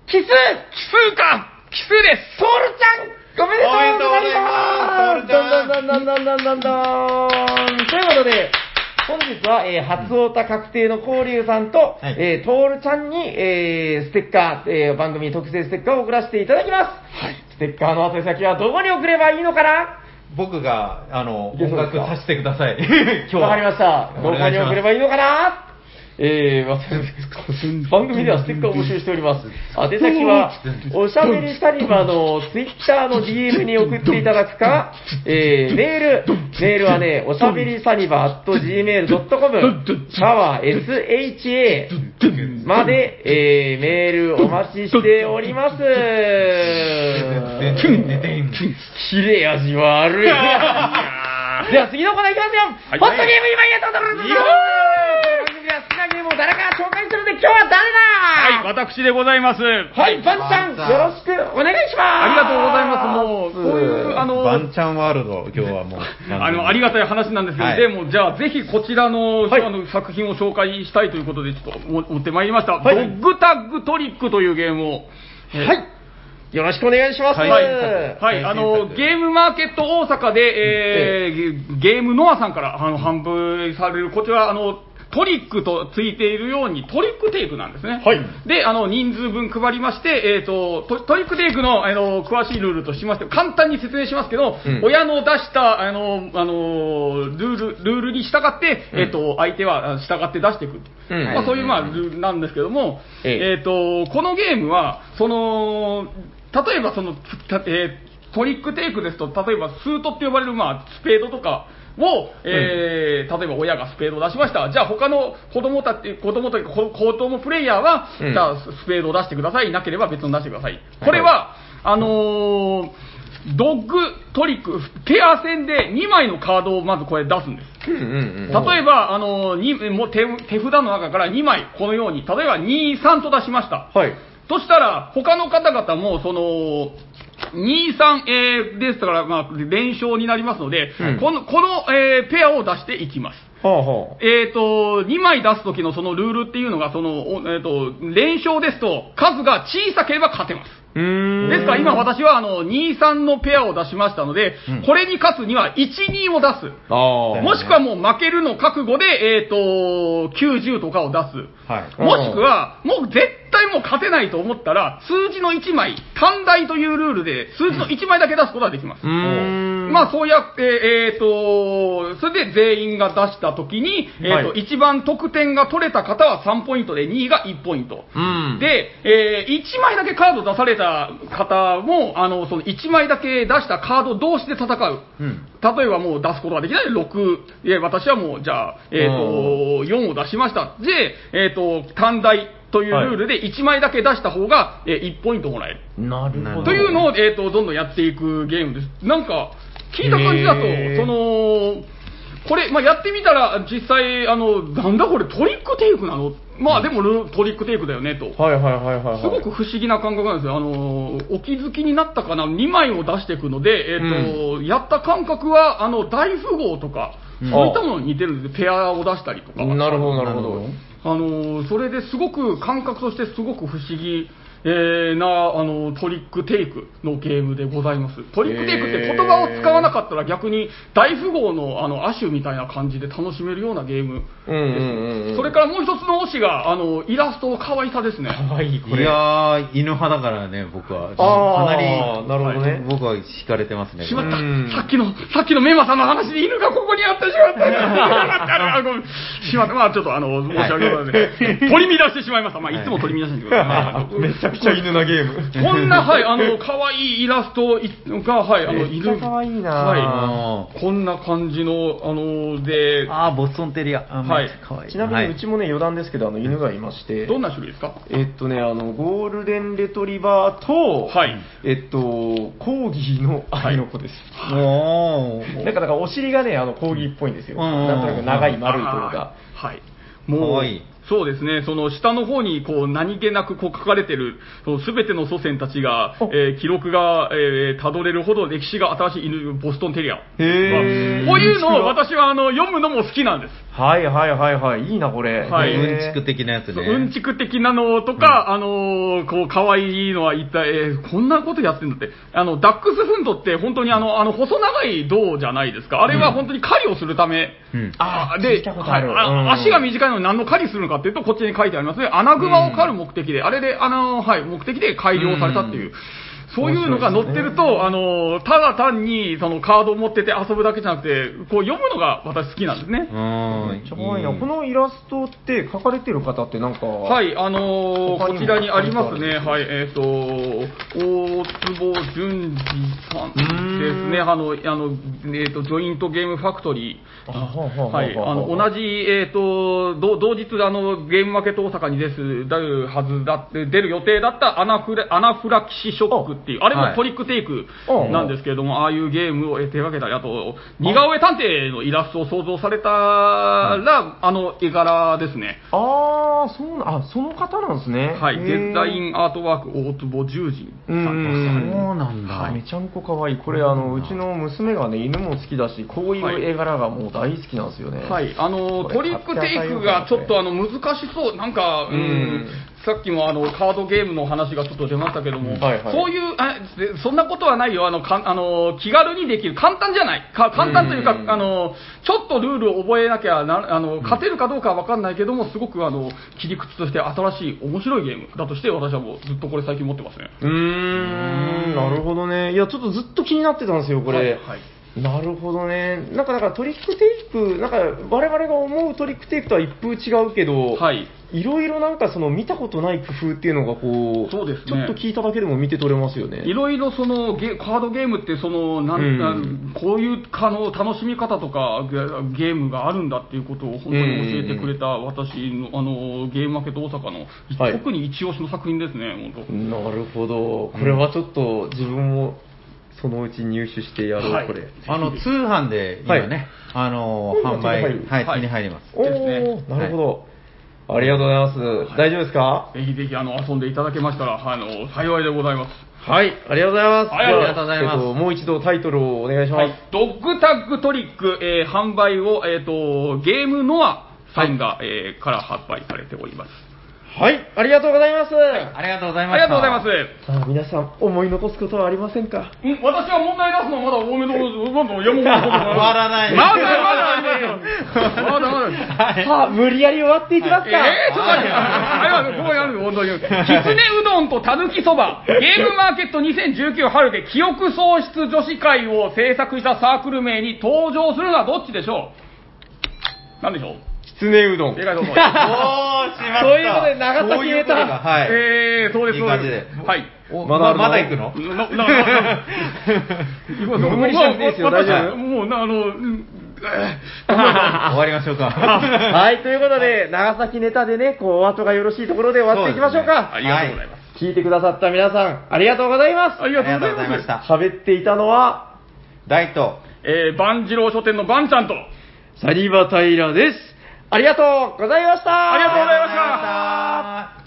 キス奇数か奇数です。 トールちゃんおめでとうございます。どんどんどんどんどんどんどん。ということで、本日は、えー、初オタ確定のコウリュウさんと、はい、えー、トールちゃんに、えー、ステッカー、えー、番組特製ステッカーを送らせていただきます。はい。ステッカーの宛先はどこに送ればいいのかな？ 僕が、あの、音楽させてください。今日は。わかりました。どこに送ればいいのかな？えー、番組ではステッカーを募集しております。宛先は、おしゃべりサニバのツイッターの ディーエム に送っていただくか、えー、メール、メールはね、おしゃべりサニバ アットジーメールドットコム、シャワー エスエイチエー まで、えー、メールお待ちしております。切れ味悪い。では次のコーナーいきますよ。ホットゲーム今やったところですよ。好きなゲームを誰かが紹介するんで今日は誰だ？ はい、私でございます。 はい、バンちゃん、よろしくお願いします。 ありがとうございます。もう、そういう、あの、 バンちゃんワールド、今日はもう。 あの、ありがたい話なんですけど、はい、でも、じゃあ、ぜひこちらの、はい、あの作品を紹介したいということで、ちょっと持ってまいりました。はい、ドッグタッグトリックというゲームを。 はい。よろしくお願いします。はい。 はい。あの、ゲームマーケット大阪で、えー、ゲームノアさんから、あの、販売される、こちら、あの、トリックとついているようにトリックテイクなんですね。はい。で、あの、人数分配りまして、えっ、ー、とト、トリックテイクの、あの、詳しいルールとしまして、簡単に説明しますけど、うん、親の出した、あの、あの、ルール、ルールに従って、えっ、ー、と、相手は従って出していく。うん、まあ、そういう、まあ、ルールなんですけども、えっ、ー、と、このゲームは、その、例えばその、えー、トリックテイクですと、例えばスートって呼ばれる、まあ、スペードとか、を、えーうん、例えば親がスペードを出しました。じゃあ他の子供たち、子供というか子供プレイヤーは、うん、じゃあスペードを出してください。なければ別に出してください。これは、はい、あのー、ドッグトリック、ペア戦でにまいのカードをまずこれ出すんです。うんうんうん、例えば、あのー、にもう 手, 手札の中からにまい、このように、例えばに、さんと出しました。はい。そしたら、他の方々も、その、に、さん、えー、ですから、まあ、連勝になりますので、うん、この、この、えー、ペアを出していきます。はあはあ、えっ、ー、と、にまい出すときのそのルールっていうのが、その、えっ、ー、と、連勝ですと、数が小さければ勝てます。うーんですから今私はあのに、さんのペアを出しましたので、うん、これに勝つにはいち、にを出す。あもしくはもう負けるの覚悟で、えっ、ー、と、きゅうじゅうとかを出す。はい、もしくは、もう絶対もう勝てないと思ったら、数字のいちまい、単大というルールで、数字のいちまいだけ出すことができます。うん、まあそうやって、えっ、ー、と、それで全員が出したときに、えっ、ー、と、はい、一番得点が取れた方はさんポイントで、にいがいちポイント。うん、で、えー、いちまいだけカード出された方も、あの、そのいちまいだけ出したカード同士で戦う。うん、例えばもう出すことができないろく、え私はもう、じゃあ、えっ、ー、と、よんを出しました。で、えっ、ー、と、単大というルールでいちまいだけ出した方が、えー、いちポイントもらえる。なるほど。というのを、えっ、ー、と、どんどんやっていくゲームです。なんか、聞いた感じだと、その、これ、まあ、やってみたら、実際、あの、なんだこれ、トリックテイクなの？まあ、でも、トリックテイクだよね、と。はいはいはいはい、はい。すごく不思議な感覚なんですよ。あの、お気づきになったかな、にまいを出していくので、えっ、ー、と、うん、やった感覚は、あの、大富豪とか、そういったものに似てるんですよ。ペアを出したりとか。 なるほど、なるほど。 あの、それですごく、感覚としてすごく不思議。えー、なあのトリックテイクのゲームでございます。トリックテイクって言葉を使わなかったら逆に大富豪のあの亜種みたいな感じで楽しめるようなゲームです。それからもう一つの推しがあのイラストの可愛さですね。 可愛いこれ。いやー犬派だからね僕は。かなりなるほどね。 僕は惹かれてますね。 しまった。さっきのさっきのメマさんの話で犬がここにあってしまった。しまった。まあちょっとあの申し訳ございません。取り乱してしまいました。まあいつも取り乱してるんですけど。 めちゃくちゃ犬なゲーム。 こんな、はい、あの、可愛いイラストが、はい、あの、 いる。可愛いなはい。こんな感じの、あの、で。 あー、ボストンテリア。 はい。可愛い。ちなみに、うちもね、余談ですけど、あの、犬がいまして。 どんな種類ですか？ えっとね、あの、ゴールデンレトリバーと、はい。えっと、コーギーの愛の子です。おー。なんか、だから、お尻がね、あの、コーギーっぽいんですよ。なんとなく長い丸いというか。 はい。もう、可愛い。そうですね、その下の方にこう何気なくこう書かれてる、その全ての祖先たちが、えー、記録が、えー、たどれるほど歴史が新しい犬、ボストンテリア。へー。こういうのを私はあの読むのも好きなんです。 はいはいはいはい。いいな、これ。 はい。 うんちく的なやつね。 うんちく的なのとか、うん、あのー、こう、可愛いのは一体、えー、こんなことやってんだって。あの、ダックスフンドって本当にあの、あの、細長い銅じゃないですか。あれは本当に狩りをするため。うん。ああ、で、はい、あ、足が短いのに何の狩りするのかっていうと、こっちに書いてありますね。アナグマを狩る目的で、あれで、あの、はい、目的で改良されたっていう。うん、そういうのが載ってると、ね、あの、ただ単にそのカードを持ってて遊ぶだけじゃなくて、こう読むのが私好きなんですね。 うん。めっちゃ可愛いな。このイラストって描かれてる方ってなんか、 はい、あのー、こちらにありますね。はい、えっ、ー、と、大坪淳二さんですね。あの、あの、えっ、ー、と、ジョイントゲームファクトリー。はい、あの、同じ、えっ、ー、と、同日、あの、ゲームマーケット大阪に出す、出るはずだって、出る予定だったアナフラ、アナフラキシショックっていう、あれもトリックテイクなんですけれども、はい、ああいうゲームを手掛けたり、あと、似顔絵探偵のイラストを想像されたら、うん、あの絵柄ですね。 ああ、そうな、あ、その方なんですね。 はい、デザインアートワーク大坪十人さん。そうなんだ。はい、めちゃんこかわいい。これ、あの、うちの娘がね、犬も好きだし、こういう絵柄がもう大好きなんですよね。 はい、あの、トリックテイクがちょっとあの難しそう、なんか、うん、さっきもあのカードゲームの話がちょっと出ましたけども、はいはい、そういうあ、そんなことはないよ、あのかあの気軽にできる、簡単じゃない、か簡単というか、あのちょっとルールを覚えなきゃな、あの勝てるかどうかは分かんないけども、すごくあの切り口として新しい、面白いゲームだとして、私はもうずっとこれ、最近持ってますね。 うーん、なるほどね。いや、ちょっとずっと気になってたんですよ、これ。はいはい、なるほどね。なんかだからトリックテイク、なんか我々が思うトリックテイクとは一風違うけど、はい。いろいろなんかその見たことない工夫っていうのがこう、そうですね。ちょっと聞いただけでも見て取れますよね。 いろいろそのゲカードゲームってそのなん、うん、こういうあの楽しみ方とかゲームがあるんだっていうことを本当に教えてくれた私のあのゲームマーケット大阪の、はい、特に一押しの作品ですね。本当。 なるほど。これはちょっと自分もそのうち入手してやろう、はい、これ。 あの、通販で今ね、はい、あの、販売、はい、手に入ります。 おー、なるほど。ありがとうございます。はい、大丈夫ですか？ ぜひぜひ、あの、遊んでいただけましたら、あの、幸いでございます。 はい、ありがとうございます。 ありがとうございます。 えっと、もう一度タイトルをお願いします。はい、 ドッグタッグトリック、えー、販売を、えっ、ー、と、ゲームノアさんが、はい、えー、から発売されております。 はい、ありがとうございます。はい、 ありがとうございます。 ありがとうございます。 さあ、皆さん、思い残すことはありませんか？ ん、私は問題出すのまだ多めの、どんどん山本終わらない。 まだまだありますよ。まだまだ。 さあ、無理やり終わっていきますか？ えー、ちょっと待って。あれは、ここにあるの、本当に。きつねうどんとたぬきそば、ゲームマーケットにせんじゅうきゅう春で記憶喪失女子会を制作したサークル名に登場するのはどっちでしょう？なんでしょう？ きつねうどん。 正解と思います。おー、しまった。 そういうことで、長崎ネタ。 はい。 えー、そうです、 いい感じで。 はい。 まだ、まだ行くのな、な、な、無理しなくていいですよ、大丈夫。 もう、あの、 終わりましょうか。 はい、ということで、長崎ネタでね、こう、お後がよろしいところで終わっていきましょうか。 ありがとうございます。 聞いてくださった皆さん、ありがとうございます。 ありがとうございました。 喋っていたのは、 大と、 えー、万次郎書店のバンちゃんと、 サニバタイラです。ありがとうございました。 ありがとうございました。